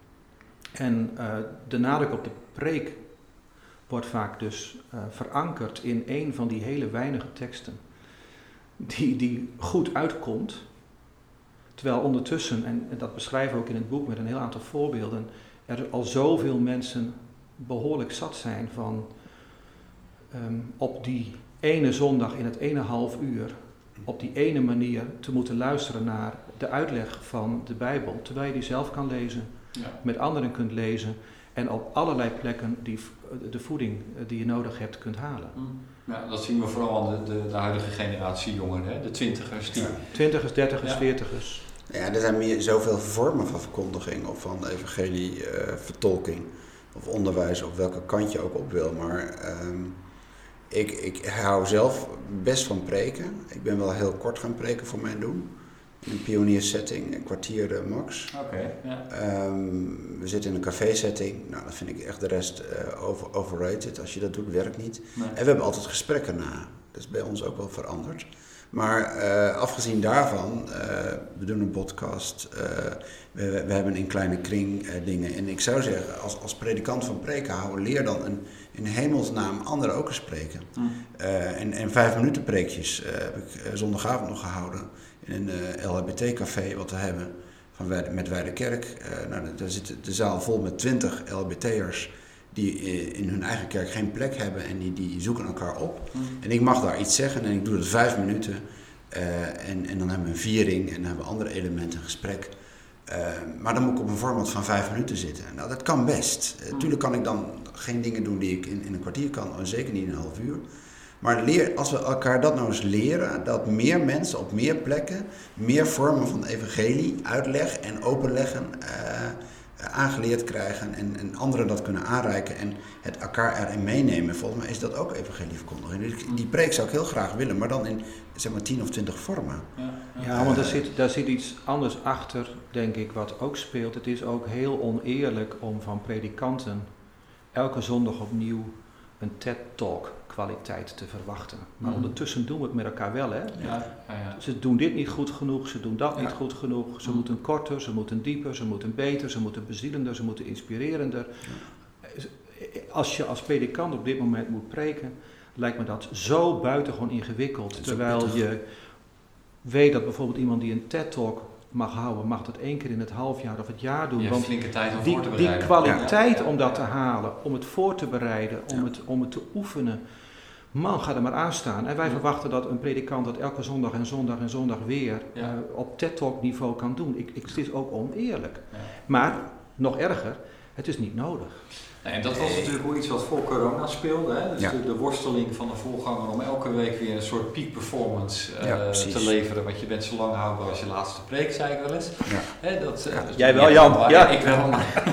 En uh, de nadruk op de preek wordt vaak dus uh, verankerd in een van die hele weinige teksten die, die goed uitkomt. Terwijl ondertussen, en, en dat beschrijven we ook in het boek met een heel aantal voorbeelden, er al zoveel mensen behoorlijk zat zijn van um, op die ene zondag in het ene half uur op die ene manier te moeten luisteren naar de uitleg van de Bijbel, terwijl je die zelf kan lezen, ja. met anderen kunt lezen en op allerlei plekken die, de voeding die je nodig hebt kunt halen. Ja, dat zien we vooral aan de, de, de huidige generatie jongeren, hè? De twintigers. Die... Ja. Twintigers, dertigers, ja. veertigers. Ja, er zijn meer, zoveel vormen van verkondiging of van evangelie, uh, vertolking of onderwijs, op welke kant je ook op wil. Maar um, ik, ik hou zelf best van preken. Ik ben wel heel kort gaan preken voor mijn doen. In een pioniersetting, een kwartier uh, max. Oké. Okay, ja. um, we zitten in een café-setting. Nou, dat vind ik echt de rest uh, over, overrated. Als je dat doet, werkt niet. Nee. En we hebben altijd gesprekken na. Dat is bij ons ook wel veranderd. Maar uh, afgezien daarvan, uh, we doen een podcast, uh, we, we hebben in kleine kring uh, dingen. En ik zou zeggen, als, als predikant van preken houden, leer dan een, in hemelsnaam anderen ook eens spreken. Mm. Uh, en, en vijf minuten preekjes uh, heb ik uh, zondagavond nog gehouden in een uh, L H B T-café wat we hebben van Weide, met Weidekerk. Uh, nou, daar zit de zaal vol met twintig L H B T'ers die in hun eigen kerk geen plek hebben en die, die zoeken elkaar op. Mm. En ik mag daar iets zeggen en ik doe dat vijf minuten. Uh, en, en dan hebben we een viering en dan hebben we andere elementen, een gesprek. Uh, maar dan moet ik op een format van vijf minuten zitten. Nou, dat kan best. Uh, tuurlijk kan ik dan geen dingen doen die ik in, in een kwartier kan, en zeker niet in een half uur. Maar leer, als we elkaar dat nou eens leren, dat meer mensen op meer plekken, meer vormen van evangelie, uitleg en openleggen, uh, aangeleerd krijgen en, en anderen dat kunnen aanreiken en het elkaar erin meenemen. Volgens mij is dat ook evangelieverkondiging. Die preek zou ik heel graag willen, maar dan in zeg maar tien of twintig vormen. Ja, ja uh, want daar zit, daar zit iets anders achter, denk ik, wat ook speelt. Het is ook heel oneerlijk om van predikanten elke zondag opnieuw een TED-talk kwaliteit te verwachten. Maar mm. ondertussen doen we het met elkaar wel, hè? Ja, ja, ja. Ze doen dit niet goed genoeg, ze doen dat ja. niet goed genoeg. Ze mm. moeten korter, ze moeten dieper, ze moeten beter, ze moeten bezielender, ze moeten inspirerender. Ja. Als je als predikant op dit moment moet preken, lijkt me dat zo buitengewoon ingewikkeld. Terwijl je weet dat bijvoorbeeld iemand die een TED-talk mag houden, mag dat één keer in het half jaar of het jaar doen. Je want flinke tijd om die, voor te bereiden. die kwaliteit ja. om dat te halen, om het voor te bereiden, om, ja. het, om het te oefenen. Man, ga er maar aan staan. En wij ja. verwachten dat een predikant dat elke zondag en zondag en zondag weer ja. uh, op TED-talk niveau kan doen. Ik, ik, het is ook oneerlijk. Ja. Maar, nog erger, het is niet nodig. Nee, en dat was natuurlijk ook iets wat voor corona speelde. Hè? Dus ja. de, de worsteling van de voorganger om elke week weer een soort peak performance uh, ja, te leveren. Want je bent zo lang houdbaar als je laatste preek, zei ik wel eens. Ja. Hè, dat, ja. Dat Jij wel, Jan. Ja. ja, ik wel.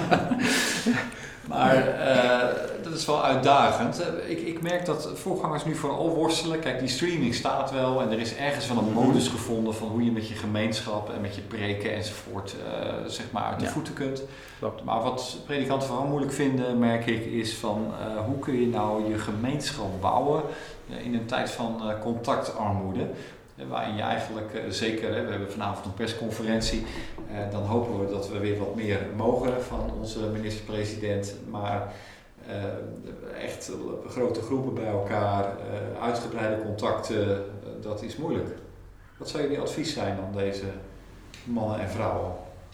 Maar uh, dat is wel uitdagend. Ik, ik merk dat voorgangers nu vooral worstelen. Kijk, die streaming staat wel en er is ergens wel een modus gevonden van hoe je met je gemeenschap en met je preken enzovoort uh, zeg maar uit de ja. voeten kunt. Klopt. Maar wat predikanten vooral moeilijk vinden, merk ik, is van uh, hoe kun je nou je gemeenschap bouwen uh, in een tijd van uh, contactarmoede. Waarin je eigenlijk, uh, zeker, hè, we hebben vanavond een persconferentie, uh, dan hopen we dat we weer wat meer mogen van onze minister-president, maar uh, echt uh, grote groepen bij elkaar, uh, uitgebreide contacten, uh, dat is moeilijk. Wat zou jullie advies zijn aan deze mannen en vrouwen?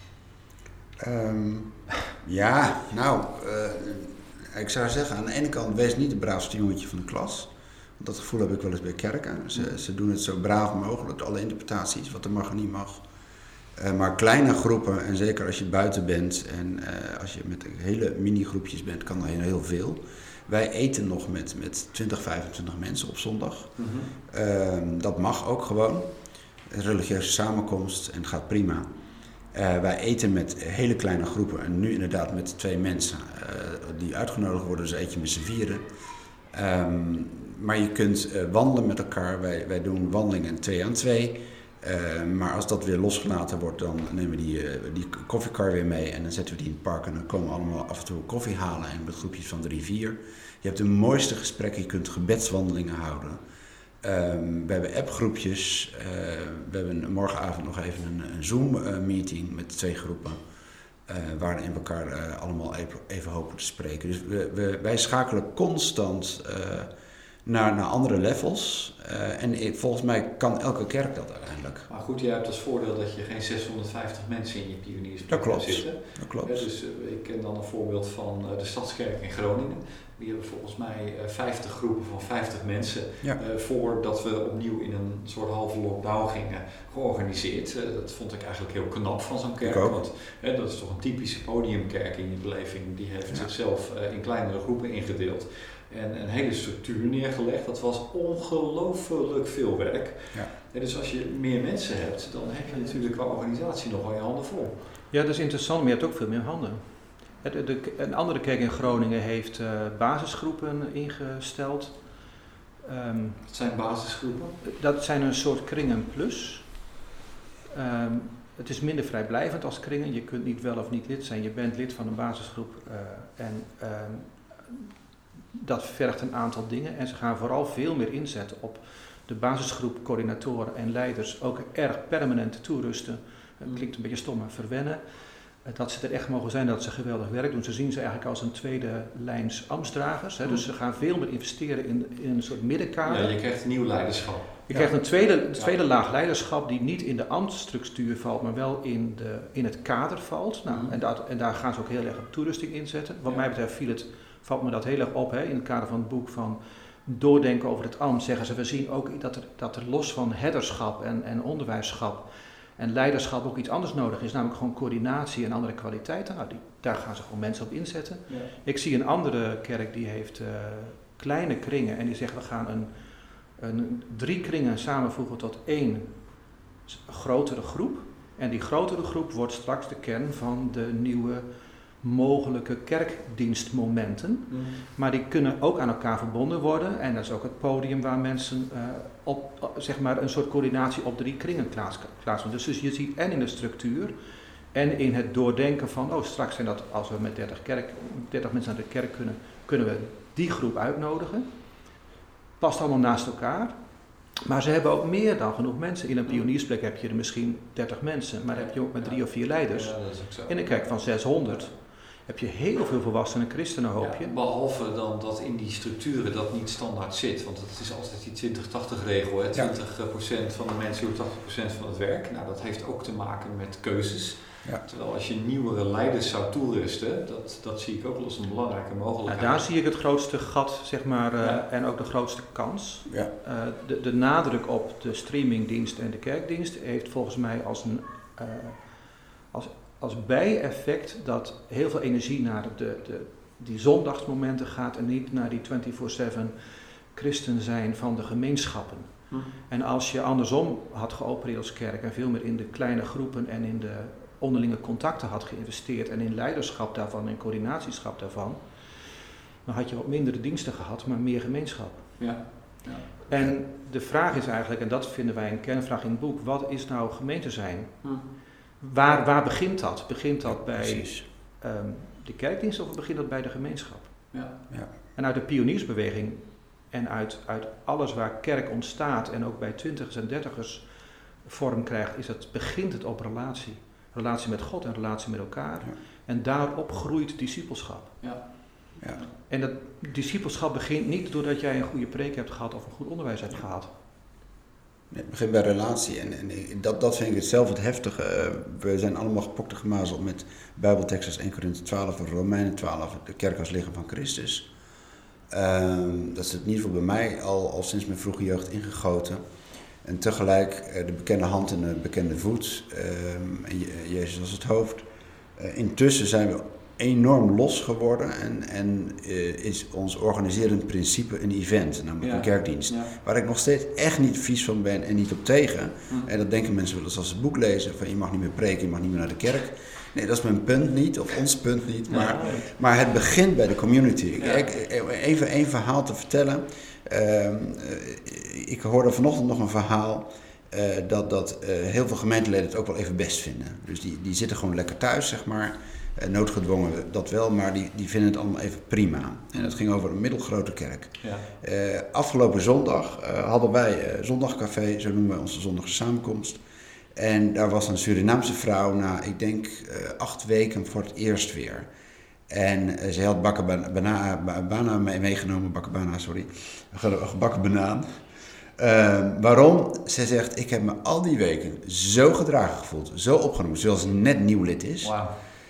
Um, ja, nou, uh, ik zou zeggen, aan de ene kant, wees niet de braafste jongetje van de klas. Dat gevoel heb ik wel eens bij kerken. Ze, ze doen het zo braaf mogelijk, alle interpretaties, wat er mag en niet mag. Uh, maar kleine groepen, en zeker als je buiten bent en uh, als je met hele mini-groepjes bent, kan er heel veel. Wij eten nog met, met twintig, vijfentwintig mensen op zondag. Mm-hmm. Uh, dat mag ook gewoon. Een religieuze samenkomst en het gaat prima. Uh, wij eten met hele kleine groepen en nu inderdaad met twee mensen uh, die uitgenodigd worden, dus eet je met z'n vieren. Um, maar je kunt uh, wandelen met elkaar. Wij, wij doen wandelingen twee aan twee. Uh, maar als dat weer losgelaten wordt, dan nemen we die, uh, die koffiekar weer mee en dan zetten we die in het park en dan komen we allemaal af en toe koffie halen en met groepjes van drie, vier. Je hebt de mooiste gesprekken, je kunt gebedswandelingen houden. Um, we hebben appgroepjes, uh, we hebben morgenavond nog even een, een Zoom-meeting uh, met twee groepen. Uh, waarin we elkaar uh, allemaal even, even hopen te spreken. Dus we, we, wij schakelen constant uh, naar, naar andere levels. Uh, en ik, volgens mij kan elke kerk dat uiteindelijk. Maar goed, jij hebt als voordeel dat je geen zeshonderdvijftig mensen in je pioniersplek hebt zitten. Dat klopt. Ja, dus uh, ik ken dan een voorbeeld van uh, de Stadskerk in Groningen. Die hebben volgens mij uh, vijftig groepen van vijftig mensen ja. uh, voordat we opnieuw in een soort halve lockdown gingen georganiseerd. Uh, dat vond ik eigenlijk heel knap van zo'n kerk. Want uh, dat is toch een typische podiumkerk in je beleving. Die heeft ja. zichzelf uh, in kleinere groepen ingedeeld. En een hele structuur neergelegd. Dat was ongelooflijk veel werk. Ja. En dus als je meer mensen hebt, dan heb je natuurlijk qua organisatie nog wel je handen vol. Ja, dat is interessant, maar je hebt ook veel meer handen. De, de, een andere kerk in Groningen heeft uh, basisgroepen ingesteld. Um, Wat zijn basisgroepen? Dat zijn een soort kringen plus. Um, het is minder vrijblijvend als kringen. Je kunt niet wel of niet lid zijn. Je bent lid van een basisgroep. Uh, en um, dat vergt een aantal dingen. En ze gaan vooral veel meer inzetten op de basisgroep coördinatoren en leiders. Ook erg permanent toerusten. Dat klinkt een beetje stom, maar verwennen. Dat ze er echt mogen zijn, dat ze geweldig werk doen. Ze zien ze eigenlijk als een tweede lijns ambtsdragers. Hè. Dus ze gaan veel meer investeren in, in een soort middenkader. Ja, je krijgt een nieuw leiderschap. Je ja. krijgt een tweede, tweede ja. laag leiderschap die niet in de ambtsstructuur valt, maar wel in, de, in het kader valt. Nou, mm-hmm. en, dat, en daar gaan ze ook heel erg op toerusting inzetten. Wat ja. mij betreft viel het, valt me dat heel erg op, hè, in het kader van het boek van doordenken over het ambt. Zeggen ze, we zien ook dat er, dat er los van herderschap en, en onderwijsschap en leiderschap ook iets anders nodig is, namelijk gewoon coördinatie en andere kwaliteiten. Nou, die, daar gaan ze gewoon mensen op inzetten. Ja. Ik zie een andere kerk die heeft uh, kleine kringen en die zegt we gaan een, een, drie kringen samenvoegen tot één grotere groep. En die grotere groep wordt straks de kern van de nieuwe mogelijke kerkdienstmomenten. Mm. Maar die kunnen ook aan elkaar verbonden worden. En dat is ook het podium waar mensen uh, op, zeg maar een soort coördinatie op drie kringen plaatsvinden. Dus, dus je ziet en in de structuur en in het doordenken van, oh straks zijn dat, als we met dertig, kerk, dertig mensen naar de kerk kunnen, kunnen we die groep uitnodigen. Past allemaal naast elkaar. Maar ze hebben ook meer dan genoeg mensen. In een pioniersplek heb je er misschien dertig mensen, maar heb je ook met drie of vier leiders. Ja, dat is ook zo. In een kerk van zeshonderd heb je heel veel volwassenen christenen, hoop je. Ja, behalve dan dat in die structuren dat niet standaard zit. Want het is altijd die twintig tachtig regel. Hè? twintig procent van de mensen doen tachtig procent van het werk. Nou, dat heeft ook te maken met keuzes. Ja. Terwijl als je nieuwere leiders zou toerusten, dat, dat zie ik ook als een belangrijke mogelijkheid. Nou, daar zie ik het grootste gat, zeg maar, uh, ja. en ook de grootste kans. Ja. Uh, de, de nadruk op de streamingdienst en de kerkdienst heeft volgens mij als een uh, als, als bijeffect dat heel veel energie naar de, de, die zondagsmomenten gaat en niet naar die vierentwintig zeven christen zijn van de gemeenschappen. Hm. En als je andersom had geopereerd als kerk en veel meer in de kleine groepen en in de onderlinge contacten had geïnvesteerd en in leiderschap daarvan en coördinatieschap daarvan, dan had je wat mindere diensten gehad, maar meer gemeenschap. Ja. Ja. En de vraag is eigenlijk, en dat vinden wij een kernvraag in het boek, wat is nou gemeente zijn? Hm. Waar, waar begint dat? Begint dat ja, bij um, de kerkdienst of begint dat bij de gemeenschap? Ja. Ja. En uit de pioniersbeweging en uit, uit alles waar kerk ontstaat en ook bij twintigers en dertigers vorm krijgt, is het, begint het op relatie. Relatie met God en relatie met elkaar. Ja. En daarop groeit discipelschap. Ja. Ja. En dat discipelschap begint niet doordat jij een goede preek hebt gehad of een goed onderwijs hebt gehad. Nee, het begint bij relatie en, en dat, dat vind ik het zelf het heftige. We zijn allemaal gepokt en gemazeld met bijbelteksten als eerste Korinthe twaalf en Romeinen twaalf, de kerk als lichaam van Christus. Um, dat is het in ieder geval bij mij al, al sinds mijn vroege jeugd ingegoten. En tegelijk uh, de bekende hand en de bekende voet, um, en Jezus als het hoofd. Uh, intussen zijn we enorm los geworden en, en uh, is ons organiserend principe een event, namelijk ja. een kerkdienst. Ja. Waar ik nog steeds echt niet vies van ben en niet op tegen. Hm. En dat denken mensen wel eens als ze het boek lezen, van je mag niet meer preken, je mag niet meer naar de kerk. Nee, dat is mijn punt niet, of ons punt niet, maar, ja, maar het begint bij de community. Ja. Ik, even één verhaal te vertellen. Uh, ik hoorde vanochtend nog een verhaal. uh, dat, dat uh, heel veel gemeenteleden het ook wel even best vinden. Dus die, die zitten gewoon lekker thuis, zeg maar. Uh, noodgedwongen dat wel, maar die, die vinden het allemaal even prima. En dat ging over een middelgrote kerk. Ja. Uh, afgelopen zondag uh, hadden wij uh, zondagcafé, zo noemen wij onze zondagse samenkomst. En daar was een Surinaamse vrouw na, ik denk, uh, acht weken voor het eerst weer. En uh, ze had bakkabana bana meegenomen, bakkabana, sorry, gebakken banaan. Uh, waarom? Ze zegt, ik heb me al die weken zo gedragen gevoeld, zo opgenomen, zoals ze net nieuw lid is. Wow.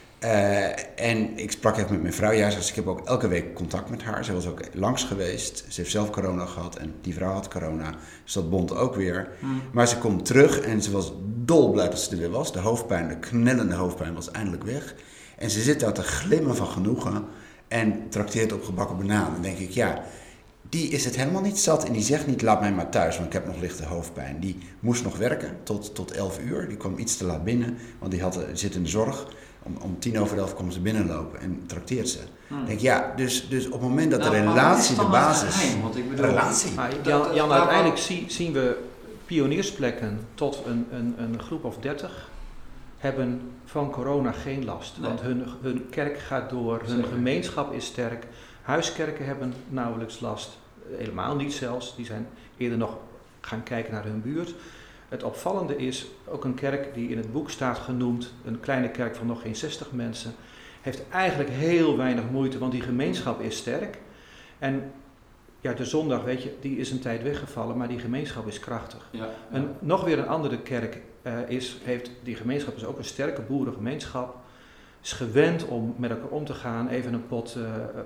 Uh, en ik sprak even met mijn vrouw, ja, ik heb ook elke week contact met haar. Ze was ook langs geweest, ze heeft zelf corona gehad en die vrouw had corona, dus dat bond ook weer. Mm. Maar ze komt terug en ze was dolblij dat ze er weer was. De hoofdpijn, de knellende hoofdpijn was eindelijk weg. En ze zit daar te glimmen van genoegen en trakteert op gebakken banaan. Dan denk ik, ja, die is het helemaal niet zat en die zegt niet, laat mij maar thuis, want ik heb nog lichte hoofdpijn. Die moest nog werken tot, tot elf uur, die kwam iets te laat binnen, want die had, zit in de zorg. Om, om tien over elf komt ze binnenlopen en trakteert ze. Hmm. Ik denk, ja, dus, dus op het moment dat nou, de relatie de basis... Geheim, want ik bedoel, relatie. Maar Jan, Jan uiteindelijk zie, zien we pioniersplekken tot een, een, een groep of dertig hebben van corona geen last. Nee. Want hun, hun kerk gaat door, hun Zeker. gemeenschap is sterk. Huiskerken hebben nauwelijks last. Helemaal niet zelfs. Die zijn eerder nog gaan kijken naar hun buurt. Het opvallende is, ook een kerk die in het boek staat genoemd, een kleine kerk van nog geen zestig mensen, heeft eigenlijk heel weinig moeite, want die gemeenschap is sterk. En ja, de zondag, weet je, die is een tijd weggevallen, maar die gemeenschap is krachtig. Ja, ja. En nog weer een andere kerk uh, is, heeft, die gemeenschap is ook een sterke boerengemeenschap, is gewend om met elkaar om te gaan, even een pot, uh,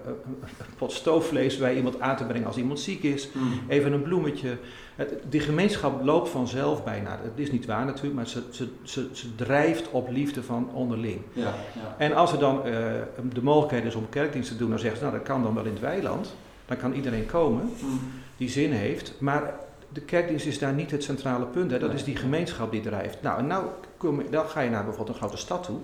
een pot stoofvlees bij iemand aan te brengen als iemand ziek is, mm. even een bloemetje. Het, die gemeenschap loopt vanzelf bijna. Het is niet waar natuurlijk, maar ze, ze, ze, ze drijft op liefde van onderling. Ja, ja. En als er dan uh, de mogelijkheid is om kerkdienst te doen, dan zeggen ze, nou dat kan dan wel in het weiland. Dan kan iedereen komen mm. die zin heeft, maar de kerkdienst is daar niet het centrale punt. Hè. Dat is die gemeenschap die drijft. Nou, en nou kom, dan ga je naar bijvoorbeeld een grote stad toe.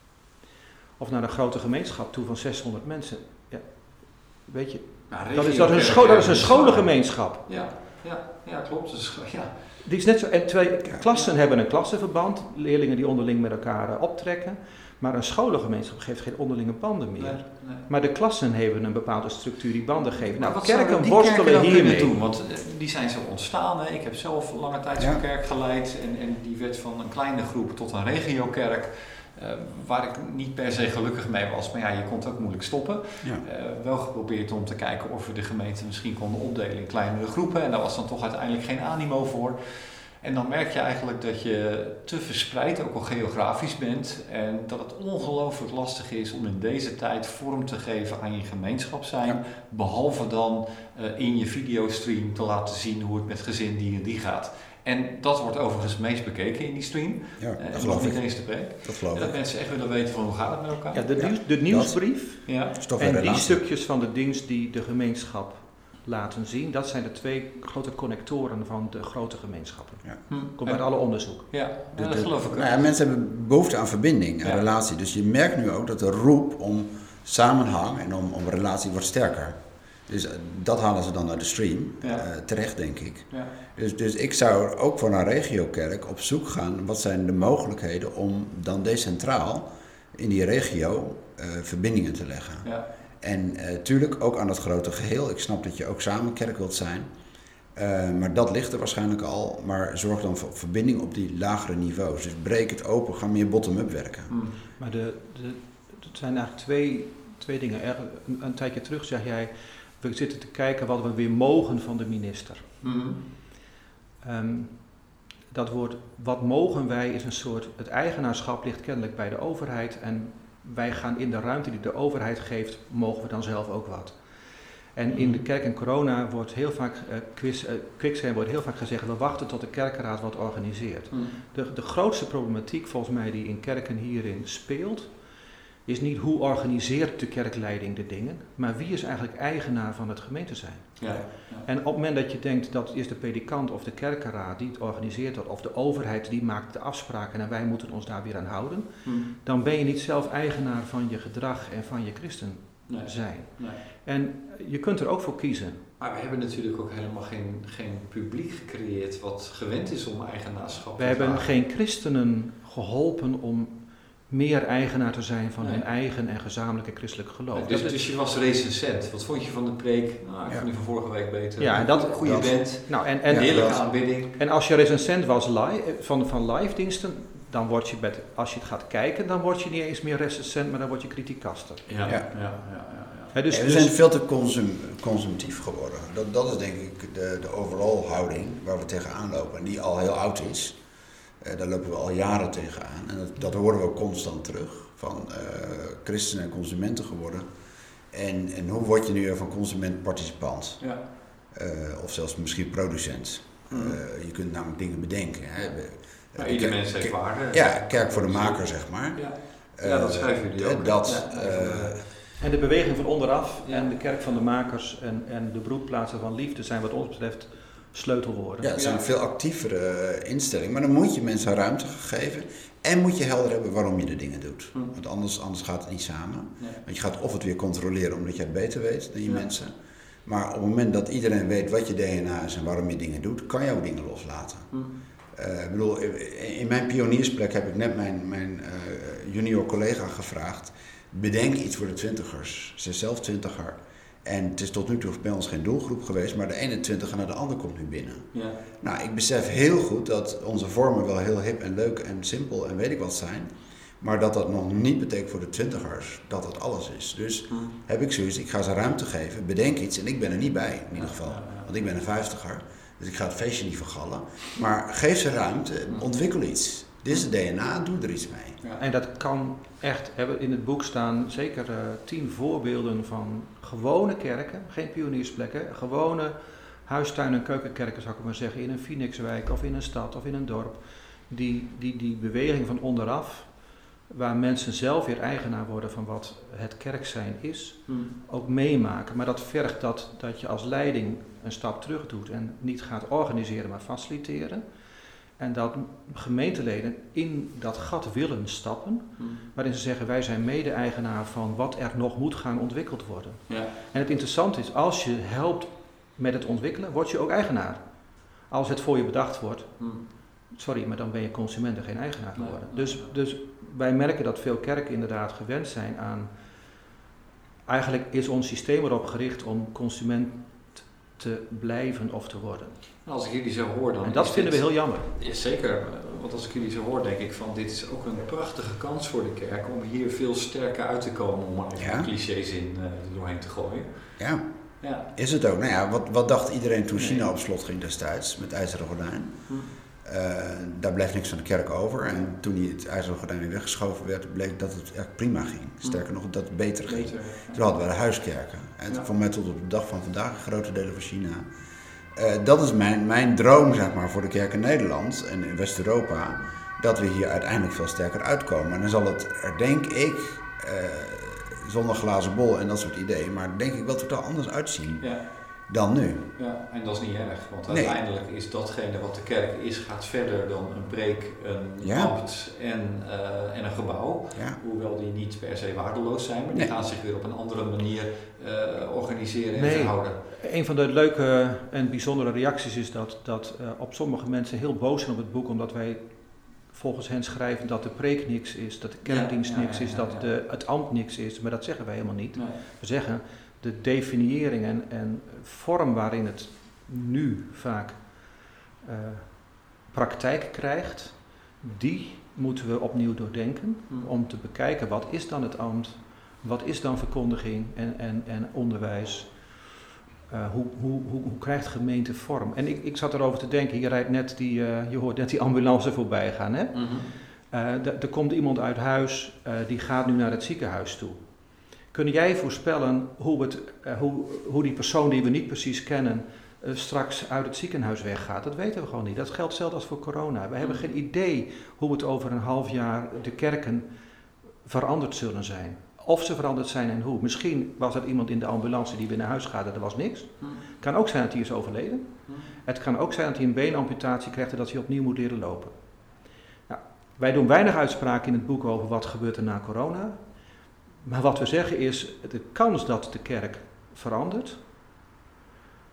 Of naar een grote gemeenschap toe van zeshonderd mensen. Ja, weet je, nou, dat, is, dat, is een scho- dat is een scholengemeenschap. Ja, ja, ja klopt. Dus, ja. Die is net zo, en twee klassen hebben een klassenverband, leerlingen die onderling met elkaar uh, optrekken. Maar een scholengemeenschap geeft geen onderlinge banden meer. Nee, nee. Maar de klassen hebben een bepaalde structuur die banden geven. Nou, kerken worstelen hiermee. Doen? Want die zijn zo ontstaan. Hè. Ik heb zelf lange tijd zo'n ja. kerk geleid. En, en die werd van een kleine groep tot een regiokerk. Uh, waar ik niet per se gelukkig mee was, maar ja, je kon het ook moeilijk stoppen. Ja. Uh, wel geprobeerd om te kijken of we de gemeente misschien konden opdelen in kleinere groepen en daar was dan toch uiteindelijk geen animo voor. En dan merk je eigenlijk dat je te verspreid, ook al geografisch bent, en dat het ongelooflijk lastig is om in deze tijd vorm te geven aan je gemeenschap zijn, ja. behalve dan uh, in je videostream te laten zien hoe het met gezin die en die gaat. En dat wordt overigens het meest bekeken in die stream. Ja, dat uh, geloof ik. Niet eens de preek. Dat geloof en dat ik. mensen echt willen weten van hoe gaat het met elkaar. Ja, de, nieuws, de nieuwsbrief ja. en die stukjes van de dienst die de gemeenschap laten zien, dat zijn de twee grote connectoren van de grote gemeenschappen. Ja. Hm. Komt uit alle onderzoek. Ja, ja dat de, geloof ik ook. Nou ja, mensen hebben behoefte aan verbinding, aan ja. relatie. Dus je merkt nu ook dat de roep om samenhang en om, om relatie wordt sterker. Dus uh, dat halen ze dan uit de stream, ja. uh, terecht denk ik. Ja. Dus, dus ik zou ook voor een regiokerk op zoek gaan, wat zijn de mogelijkheden om dan decentraal in die regio uh, verbindingen te leggen. Ja. En natuurlijk uh, ook aan dat grote geheel. Ik snap dat je ook samen kerk wilt zijn. Uh, maar dat ligt er waarschijnlijk al. Maar zorg dan voor verbinding op die lagere niveaus. Dus breek het open, ga meer bottom-up werken. Hmm. Maar de, de, het zijn eigenlijk twee, twee dingen. Er, een, een tijdje terug zeg jij, we zitten te kijken wat we weer mogen van de minister. Hmm. Um, dat woord, wat mogen wij, is een soort, het eigenaarschap ligt kennelijk bij de overheid en wij gaan in de ruimte die de overheid geeft, mogen we dan zelf ook wat. En in de kerk en corona wordt heel vaak, uh, quiz, uh, quicksand wordt heel vaak gezegd, we wachten tot de kerkenraad wat organiseert. Mm. De, de grootste problematiek volgens mij die in kerken hierin speelt, is niet hoe organiseert de kerkleiding de dingen, maar wie is eigenlijk eigenaar van het gemeente zijn. Ja, ja. En op het moment dat je denkt dat is de predikant of de kerkenraad die het organiseert, dat, of de overheid die maakt de afspraken en wij moeten ons daar weer aan houden, mm. dan ben je niet zelf eigenaar van je gedrag en van je christen nee. zijn. Nee. En je kunt er ook voor kiezen Maar we hebben natuurlijk ook helemaal geen, geen publiek gecreëerd wat gewend is om eigenaarschap We te hebben dragen. geen christenen geholpen om meer eigenaar te zijn van Nee. hun eigen en gezamenlijke christelijk geloof. Nee, dus, Dat is- dus je was recensent. Wat vond je van de preek? Nou, ik Ja. vond die van vorige week beter. Ja, en dat- goede dat- band, nou, en, en, Ja, heerlijke dat- aanbidding. en als je recensent was live, van, van live diensten, dan word je, met, als je het gaat kijken, dan word je niet eens meer recensent, maar dan word je kritiekaster. Ja, ja, Ja. ja, ja, ja. Hè, dus, Ja, we dus- zijn veel te consum, consumtief geworden. Dat, dat is denk ik de, de overall houding waar we tegenaan lopen. En die al heel oud is. Uh, daar lopen we al jaren tegenaan. En dat, dat horen we ook constant terug. Van uh, christenen en consumenten geworden. En, en hoe word je nu van consument participant? Ja. Uh, of zelfs misschien producent. Uh, je kunt namelijk dingen bedenken. Hè. We, Maar uh, ieder kerk- mens heeft waarde. Ja, kerk voor de maker zeg maar. Ja, ja dat schrijven jullie Uh, ook. Dat, Ja, uh, en de beweging van onderaf Ja. en de kerk van de makers en, en de broedplaatsen van liefde zijn wat ons betreft sleutelwoorden. Ja, het zijn Ja. een veel actievere instellingen, maar dan moet je mensen ruimte geven en moet je helder hebben waarom je de dingen doet. Hm. Want anders, anders gaat het niet samen. Nee. Want je gaat of het weer controleren omdat je het beter weet dan je Ja. mensen. Maar op het moment dat iedereen weet wat je D N A is en waarom je dingen doet, kan je ook dingen loslaten. Hm. Uh, ik bedoel, in mijn pioniersplek heb ik net mijn, mijn uh, junior collega gevraagd, bedenk iets voor de twintigers. Ze is zelf twintiger. En het is tot nu toe bij ons geen doelgroep geweest, maar de eenentwintiger naar de ander komt nu binnen. Ja. Nou, ik besef heel goed dat onze vormen wel heel hip en leuk en simpel en weet ik wat zijn. Maar dat dat nog niet betekent voor de twintigers dat dat alles is. Dus Hm. heb ik zoiets, ik ga ze ruimte geven, bedenk iets en ik ben er niet bij in ieder geval. Ja, ja, ja. Want ik ben een vijftiger, dus ik ga het feestje niet vergallen. Maar geef ze ruimte, ontwikkel iets. Dit is het D N A, doe er iets mee. En dat kan echt, hebben in het boek staan zeker uh, tien voorbeelden van gewone kerken, geen pioniersplekken, gewone huistuin- en keukenkerken zou ik maar zeggen, in een Phoenixwijk of in een stad of in een dorp, die die, die beweging van onderaf, waar mensen zelf weer eigenaar worden van wat het kerk zijn is, Hm. ook meemaken. Maar dat vergt dat, dat je als leiding een stap terug doet en niet gaat organiseren, maar faciliteren. En dat gemeenteleden in dat gat willen stappen, Hm. waarin ze zeggen wij zijn mede-eigenaar van wat er nog moet gaan ontwikkeld worden. Ja. En het interessante is, als je helpt met het ontwikkelen, word je ook eigenaar. Als het voor je bedacht wordt, Hm. sorry, maar dan ben je consument en geen eigenaar Nee. geworden. Dus, dus wij merken dat veel kerken inderdaad gewend zijn aan, eigenlijk is ons systeem erop gericht om consument te blijven of te worden. Nou, als ik jullie zo hoor dan... En dat is vinden we dit- heel jammer. Ja, zeker, want als ik jullie zo hoor, denk ik van dit is ook een prachtige kans voor de kerk om hier veel sterker uit te komen, om maar even Ja. een clichés-zin uh, er doorheen te gooien. Ja, Ja. is het ook. Nou ja, wat, wat dacht iedereen toen China Nee. op slot ging destijds met IJzeren Gordijn? Hm. Uh, daar bleef niks van de kerk over. En toen die het IJzeren Gordijn weer weggeschoven werd, bleek dat het echt prima ging. Sterker nog, dat het beter ging. Beter. Toen hadden we de huiskerken. En Ja. voor mij tot op de dag van vandaag, grote delen van China. Uh, dat is mijn, mijn droom, zeg maar, voor de kerk in Nederland en in West-Europa. Dat we hier uiteindelijk veel sterker uitkomen. En dan zal het er, denk ik, uh, zonder glazen bol en dat soort ideeën, maar denk ik wel totaal anders uitzien Ja. dan nu. Ja, en dat is niet erg, want Nee. uiteindelijk is datgene wat de kerk is, gaat verder dan een preek, een Ja. ambt en, uh, en een gebouw. Ja. Hoewel die niet per se waardeloos zijn, maar die Nee. gaan zich weer op een andere manier uh, organiseren en Nee. verhouden. Een van de leuke en bijzondere reacties is dat, dat uh, op sommige mensen heel boos zijn op het boek, omdat wij volgens hen schrijven dat de preek niks is, dat de kerkdienst Ja, ja, niks ja, is, ja, dat ja. De, het ambt niks is, maar dat zeggen wij helemaal niet. Nee. We zeggen de definiëring en, en vorm waarin het nu vaak uh, praktijk krijgt, die moeten we opnieuw doordenken Hm. om te bekijken wat is dan het ambt, wat is dan verkondiging en, en, en onderwijs. Uh, hoe, hoe, hoe, hoe krijgt gemeente vorm? En ik, ik zat erover te denken, je, rijdt net die, uh, je hoort net die ambulance voorbij gaan. Hè? Mm-hmm. Uh, d- er komt iemand uit huis, uh, die gaat nu naar het ziekenhuis toe. Kun jij voorspellen hoe, het, uh, hoe, hoe die persoon die we niet precies kennen uh, straks uit het ziekenhuis weggaat? Dat weten we gewoon niet. Dat geldt zelfs als voor corona. We hebben geen idee hoe het over een half jaar de kerken veranderd zullen zijn. Of ze veranderd zijn en hoe. Misschien was er iemand in de ambulance die weer naar huis gaat en er was niks. Het kan ook zijn dat hij is overleden. Het kan ook zijn dat hij een beenamputatie krijgt en dat hij opnieuw moet leren lopen. Nou, wij doen weinig uitspraken in het boek over wat gebeurt er na corona. Maar wat we zeggen is, de kans dat de kerk verandert,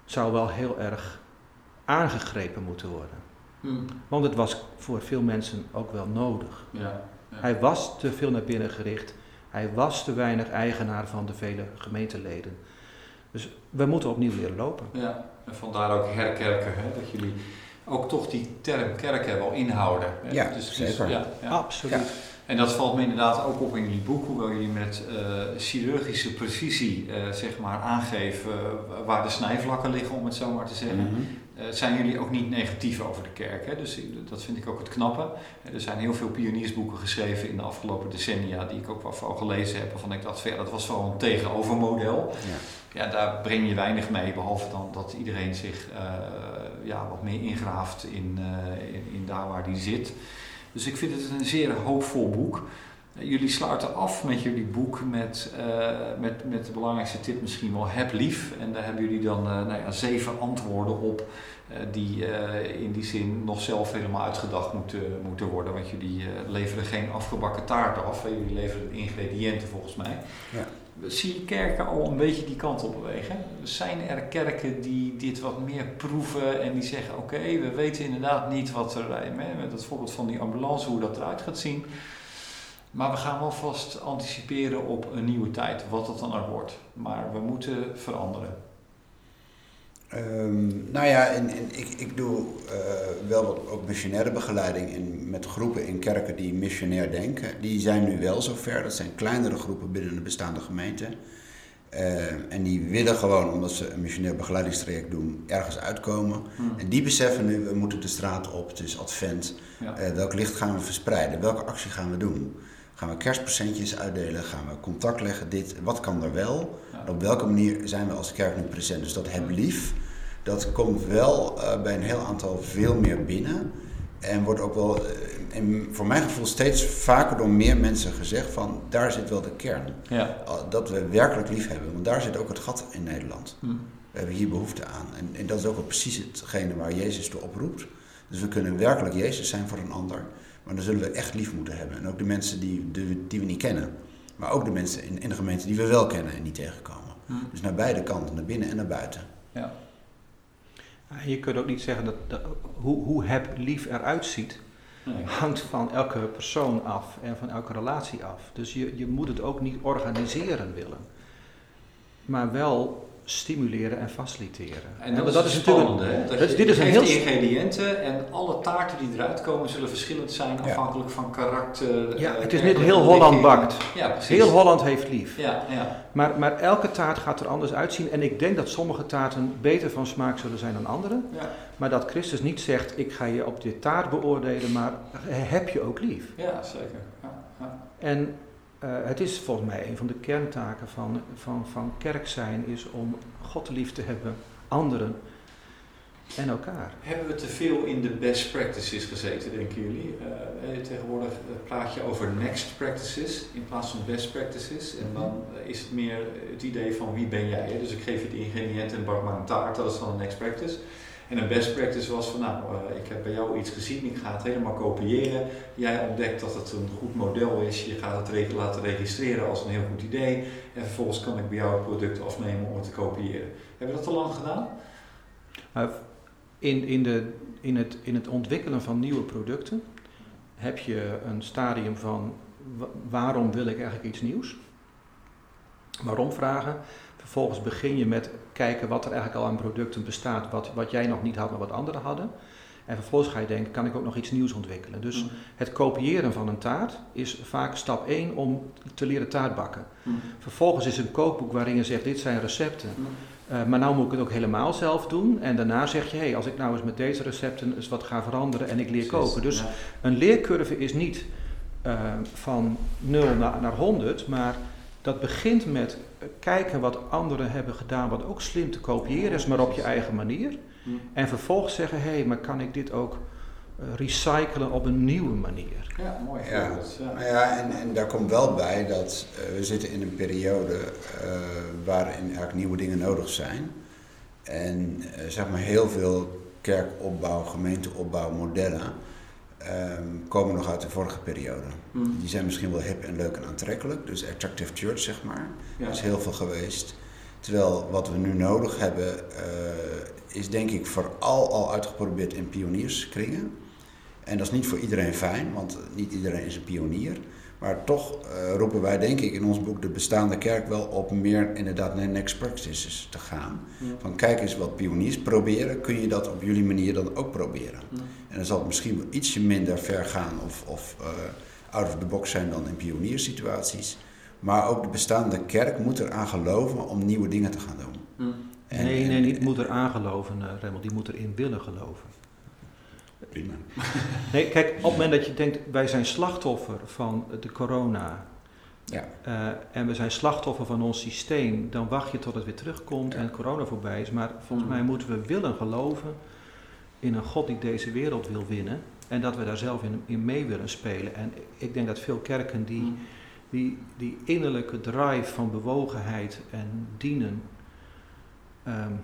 zou wel heel erg aangegrepen moeten worden. Hmm. Want het was voor veel mensen ook wel nodig. Ja, ja. Hij was te veel naar binnen gericht. Hij was te weinig eigenaar van de vele gemeenteleden. Dus we moeten opnieuw leren lopen. Ja, en vandaar ook herkerken, hè, dat jullie ook toch die term kerk hebben al inhouden. Hè? Ja, dus, zeker. Dus, ja, ja. Absoluut. Ja. En dat valt me inderdaad ook op in jullie boek, hoewel jullie met uh, chirurgische precisie uh, zeg maar aangeven uh, waar de snijvlakken liggen, om het zo maar te zeggen. Mm-hmm. Uh, zijn jullie ook niet negatief over de kerk. Hè? Dus dat vind ik ook het knappe. Er zijn heel veel pioniersboeken geschreven in de afgelopen decennia die ik ook wel veel gelezen heb. Waarvan ik dacht, ja, dat was wel een tegenovermodel. Ja. Ja, daar breng je weinig mee, behalve dan dat iedereen zich uh, ja, wat meer ingraaft in, uh, in, in daar waar die zit. Dus ik vind het een zeer hoopvol boek. Jullie sluiten af met jullie boek met, uh, met, met de belangrijkste tip misschien wel, heb lief. En daar hebben jullie dan uh, nou ja, zeven antwoorden op uh, die uh, in die zin nog zelf helemaal uitgedacht moeten, moeten worden. Want jullie uh, leveren geen afgebakken taart af, hè? Jullie leveren de ingrediënten volgens mij. Ja. Zie je kerken al een beetje die kant op bewegen? Zijn er kerken die dit wat meer proeven en die zeggen, oké, okay, we weten inderdaad niet wat er, met het voorbeeld van die ambulance, hoe dat eruit gaat zien. Maar we gaan wel vast anticiperen op een nieuwe tijd, wat dat dan ook wordt. Maar we moeten veranderen. Um, nou ja, en, en ik, ik doe uh, wel wat ook missionaire begeleiding in, met groepen in kerken die missionair denken. Die zijn nu wel zover. Dat zijn kleinere groepen binnen de bestaande gemeente. Uh, en die willen gewoon, omdat ze een missionair begeleidingstraject doen, ergens uitkomen. Hmm. En die beseffen nu, we moeten de straat op, het is advent. Ja. Uh, welk licht gaan we verspreiden? Welke actie gaan we doen? Gaan we kerstpresentjes uitdelen? Gaan we contact leggen? Dit, wat kan er wel? Ja. Op welke manier zijn we als kerk nu present? Dus dat heb lief, dat komt wel uh, bij een heel aantal veel meer binnen. En wordt ook wel, uh, in, voor mijn gevoel, steeds vaker door meer mensen gezegd van, daar zit wel de kern. Ja. Uh, dat we werkelijk lief hebben, want daar zit ook het gat in Nederland. Hm. We hebben hier behoefte aan. En, en dat is ook wel precies hetgene waar Jezus toe oproept. Dus we kunnen werkelijk Jezus zijn voor een ander. Maar dan zullen we echt lief moeten hebben. En ook de mensen die, die, die we niet kennen. Maar ook de mensen in, in de gemeente die we wel kennen en niet tegenkomen. Hmm. Dus naar beide kanten, naar binnen en naar buiten. Ja. En je kunt ook niet zeggen dat, dat hoe, hoe heb lief eruit ziet, nee. hangt van elke persoon af en van elke relatie af. Dus je, je moet het ook niet organiseren willen. Maar wel stimuleren en faciliteren. En dat, en dat is, is spannend, hè? Dat, dat je, dit is een heel ingrediënten en alle taarten die eruit komen zullen verschillend zijn afhankelijk ja. van karakter. Ja, het is niet heel Holland bakt. Ja, precies. Heel Holland heeft lief. Ja, ja. Maar, maar elke taart gaat er anders uitzien en ik denk dat sommige taarten beter van smaak zullen zijn dan andere. Ja. Maar dat Christus niet zegt, ik ga je op dit taart beoordelen, maar heb je ook lief. Ja, zeker. Ja, ja. En Uh, het is volgens mij een van de kerntaken van, van, van kerk zijn, is om God lief te hebben, anderen en elkaar. Hebben we te veel in de best practices gezeten, denken jullie? Uh, tegenwoordig praat je over next practices in plaats van best practices. En dan is het meer het idee van wie ben jij? Hè? Dus ik geef je de ingrediënten en bak maar een taart, dat is dan een next practice. En een best practice was van, nou, uh, ik heb bij jou iets gezien, ik ga het helemaal kopiëren. Jij ontdekt dat het een goed model is, je gaat het reg- laten registreren als een heel goed idee. En vervolgens kan ik bij jou het product afnemen om het te kopiëren. Hebben we dat al lang gedaan? Uh, in, in, de, in, het, in het ontwikkelen van nieuwe producten heb je een stadium van, w- waarom wil ik eigenlijk iets nieuws? Waarom vragen? Vervolgens begin je met kijken wat er eigenlijk al aan producten bestaat, wat, wat jij nog niet had, maar wat anderen hadden. En vervolgens ga je denken, kan ik ook nog iets nieuws ontwikkelen? Dus mm. het kopiëren van een taart is vaak stap één om te leren taart bakken. Mm. Vervolgens is een kookboek waarin je zegt, dit zijn recepten. Mm. Uh, maar nou moet ik het ook helemaal zelf doen. En daarna zeg je, hey, als ik nou eens met deze recepten eens wat ga veranderen en ik leer koken. Dus ja. een leercurve is niet uh, van nul naar, naar honderd, maar dat begint met kijken wat anderen hebben gedaan, wat ook slim te kopiëren is, maar op je eigen manier. Hmm. En vervolgens zeggen, hé, hey, maar kan ik dit ook uh, recyclen op een nieuwe manier? Ja, mooi. Ja, ja. ja en, en daar komt wel bij dat uh, we zitten in een periode uh, waarin eigenlijk nieuwe dingen nodig zijn. En uh, zeg maar heel veel kerkopbouw, gemeenteopbouw, modellen Um, komen nog uit de vorige periode. Mm. Die zijn misschien wel hip en leuk en aantrekkelijk. Dus attractive church, zeg maar. Ja. Er is heel veel geweest. Terwijl wat we nu nodig hebben uh, is denk ik vooral al uitgeprobeerd in pionierskringen. En dat is niet voor iedereen fijn, want niet iedereen is een pionier. Maar toch uh, roepen wij denk ik in ons boek de bestaande kerk wel op meer inderdaad naar next practices te gaan. Ja. Van kijk eens wat pioniers proberen, kun je dat op jullie manier dan ook proberen. Ja. En dan zal het misschien wel ietsje minder ver gaan of, of uh, out of the box zijn dan in pioniersituaties. Maar ook de bestaande kerk moet eraan geloven om nieuwe dingen te gaan doen. Ja. En, nee, nee, niet moet eraan geloven, uh, Remmel, die moet erin willen geloven. Prima. Nee, kijk, op het moment dat je denkt, wij zijn slachtoffer van de corona. Ja. Uh, en we zijn slachtoffer van ons systeem, dan wacht je tot het weer terugkomt ja. en corona voorbij is. Maar volgens mm. mij moeten we willen geloven in een God die deze wereld wil winnen. En dat we daar zelf in, in mee willen spelen. En ik denk dat veel kerken die, mm. die, die innerlijke drive van bewogenheid en dienen... Um,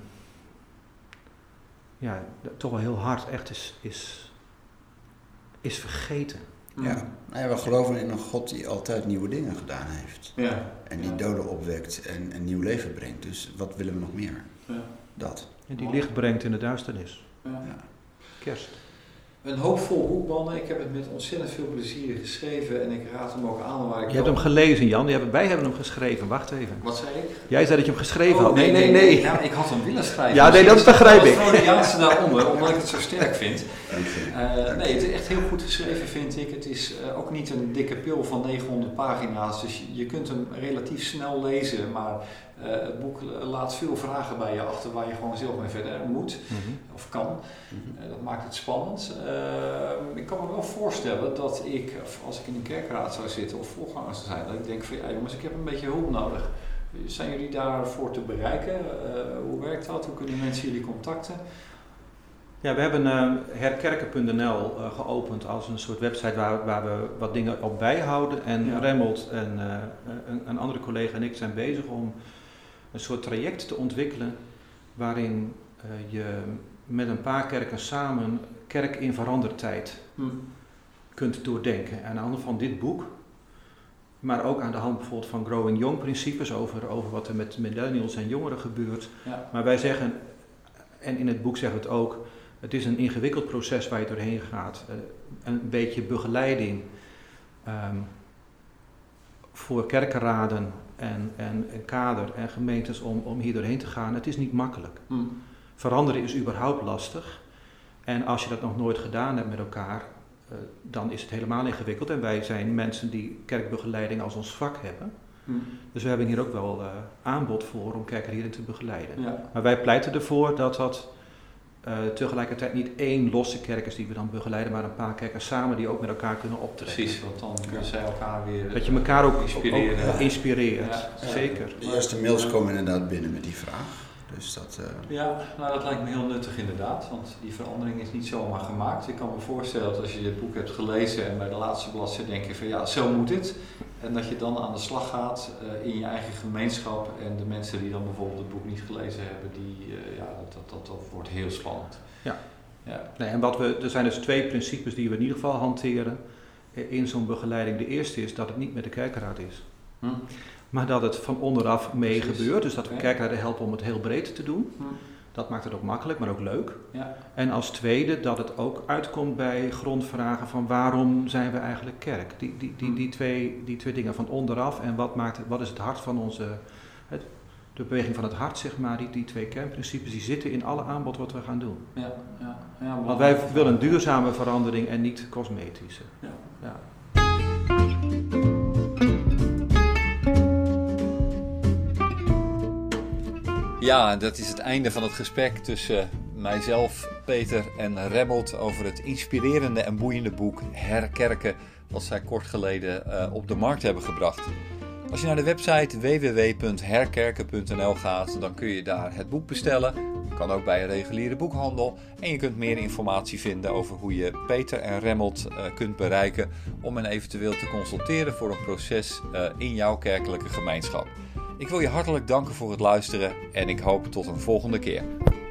ja, toch wel heel hard echt is, is, is vergeten. Ja, nou ja, we geloven in een God die altijd nieuwe dingen gedaan heeft. Ja. En die doden opwekt en een nieuw leven brengt. Dus wat willen we nog meer? Ja. Dat. En die licht brengt in de duisternis. Ja. Ja. Kerst. Een hoopvol boek, mannen. Ik heb het met ontzettend veel plezier geschreven en ik raad hem ook aan waar ik... Je hebt hem gelezen, Jan. Die hebben, wij hebben hem geschreven. Wacht even. Wat zei ik? Jij zei dat je hem geschreven oh, had. Nee, nee, nee. nee. Nou, ik had hem willen schrijven. Ja, nee, dat begrijp ik. Het Jaanse daaronder, omdat ik het zo sterk vind. Uh, nee, het is echt heel goed geschreven, vind ik. Het is uh, ook niet een dikke pil van negenhonderd pagina's, dus je, je kunt hem relatief snel lezen, maar uh, het boek laat veel vragen bij je achter waar je gewoon zelf mee verder moet, mm-hmm. of kan. Mm-hmm. Uh, dat maakt het spannend. Uh, ik kan me wel voorstellen dat ik, als ik in een kerkraad zou zitten of voorganger zou zijn, dat ik denk van ja jongens, ik heb een beetje hulp nodig. Zijn jullie daarvoor te bereiken? Uh, hoe werkt dat? Hoe kunnen mensen jullie contacten? Ja, we hebben uh, herkerken punt n l uh, geopend als een soort website waar, waar we wat dingen op bijhouden. En ja. Remmelt en uh, een, een andere collega en ik zijn bezig om een soort traject te ontwikkelen waarin uh, je met een paar kerken samen kerk in verandertijd hm. kunt doordenken. En aan de hand van dit boek, maar ook aan de hand bijvoorbeeld van Growing Young principes over, over wat er met millennials en jongeren gebeurt. Ja. Maar wij zeggen, en in het boek zeggen we het ook, het is een ingewikkeld proces waar je doorheen gaat. Uh, een beetje begeleiding um, voor kerkenraden en, en, en kader en gemeentes om, om hier doorheen te gaan. Het is niet makkelijk. Mm. Veranderen is überhaupt lastig. En als je dat nog nooit gedaan hebt met elkaar, uh, dan is het helemaal ingewikkeld. En wij zijn mensen die kerkbegeleiding als ons vak hebben. Mm. Dus we hebben hier ook wel uh, aanbod voor om kerken hierin te begeleiden. Ja. Maar wij pleiten ervoor dat dat uh, tegelijkertijd niet één losse kerk is die we dan begeleiden, maar een paar kerken samen die ook met elkaar kunnen optrekken. Precies, want dan kunnen zij elkaar weer dat je elkaar ook inspireren. Ook, ook inspireert, ja. Zeker. De eerste mails komen inderdaad binnen met die vraag. Dus dat, uh... Ja, nou dat lijkt me heel nuttig inderdaad, want die verandering is niet zomaar gemaakt. Ik kan me voorstellen dat als je dit boek hebt gelezen en bij de laatste bladzijde denk je van ja, zo moet het. En dat je dan aan de slag gaat uh, in je eigen gemeenschap en de mensen die dan bijvoorbeeld het boek niet gelezen hebben, die, uh, ja, dat, dat, dat, dat wordt heel spannend. Ja, ja. Nee, en wat we, er zijn dus twee principes die we in ieder geval hanteren in zo'n begeleiding. De eerste is dat het niet met de kerkenraad is. Hm. Maar dat het van onderaf mee Precies. gebeurt. Dus dat we okay. kerkraden helpen om het heel breed te doen. Hm. Dat maakt het ook makkelijk, maar ook leuk. Ja. En als tweede dat het ook uitkomt bij grondvragen van waarom zijn we eigenlijk kerk? Die, die, die, die, twee, die twee dingen van onderaf en wat, maakt, wat is het hart van onze... Het, de beweging van het hart, zeg maar, die, die twee kernprincipes, die zitten in alle aanbod wat we gaan doen. Ja, ja, ja, Want wij willen een duurzame verandering en niet cosmetische. Ja. Ja. Ja, dat is het einde van het gesprek tussen mijzelf, Peter en Remmelt over het inspirerende en boeiende boek Herkerken, wat zij kort geleden uh, op de markt hebben gebracht. Als je naar de website w w w punt herkerken punt n l gaat, dan kun je daar het boek bestellen. Dat kan ook bij een reguliere boekhandel. En je kunt meer informatie vinden over hoe je Peter en Remmelt uh, kunt bereiken om hen eventueel te consulteren voor een proces uh, in jouw kerkelijke gemeenschap. Ik wil je hartelijk danken voor het luisteren en ik hoop tot een volgende keer.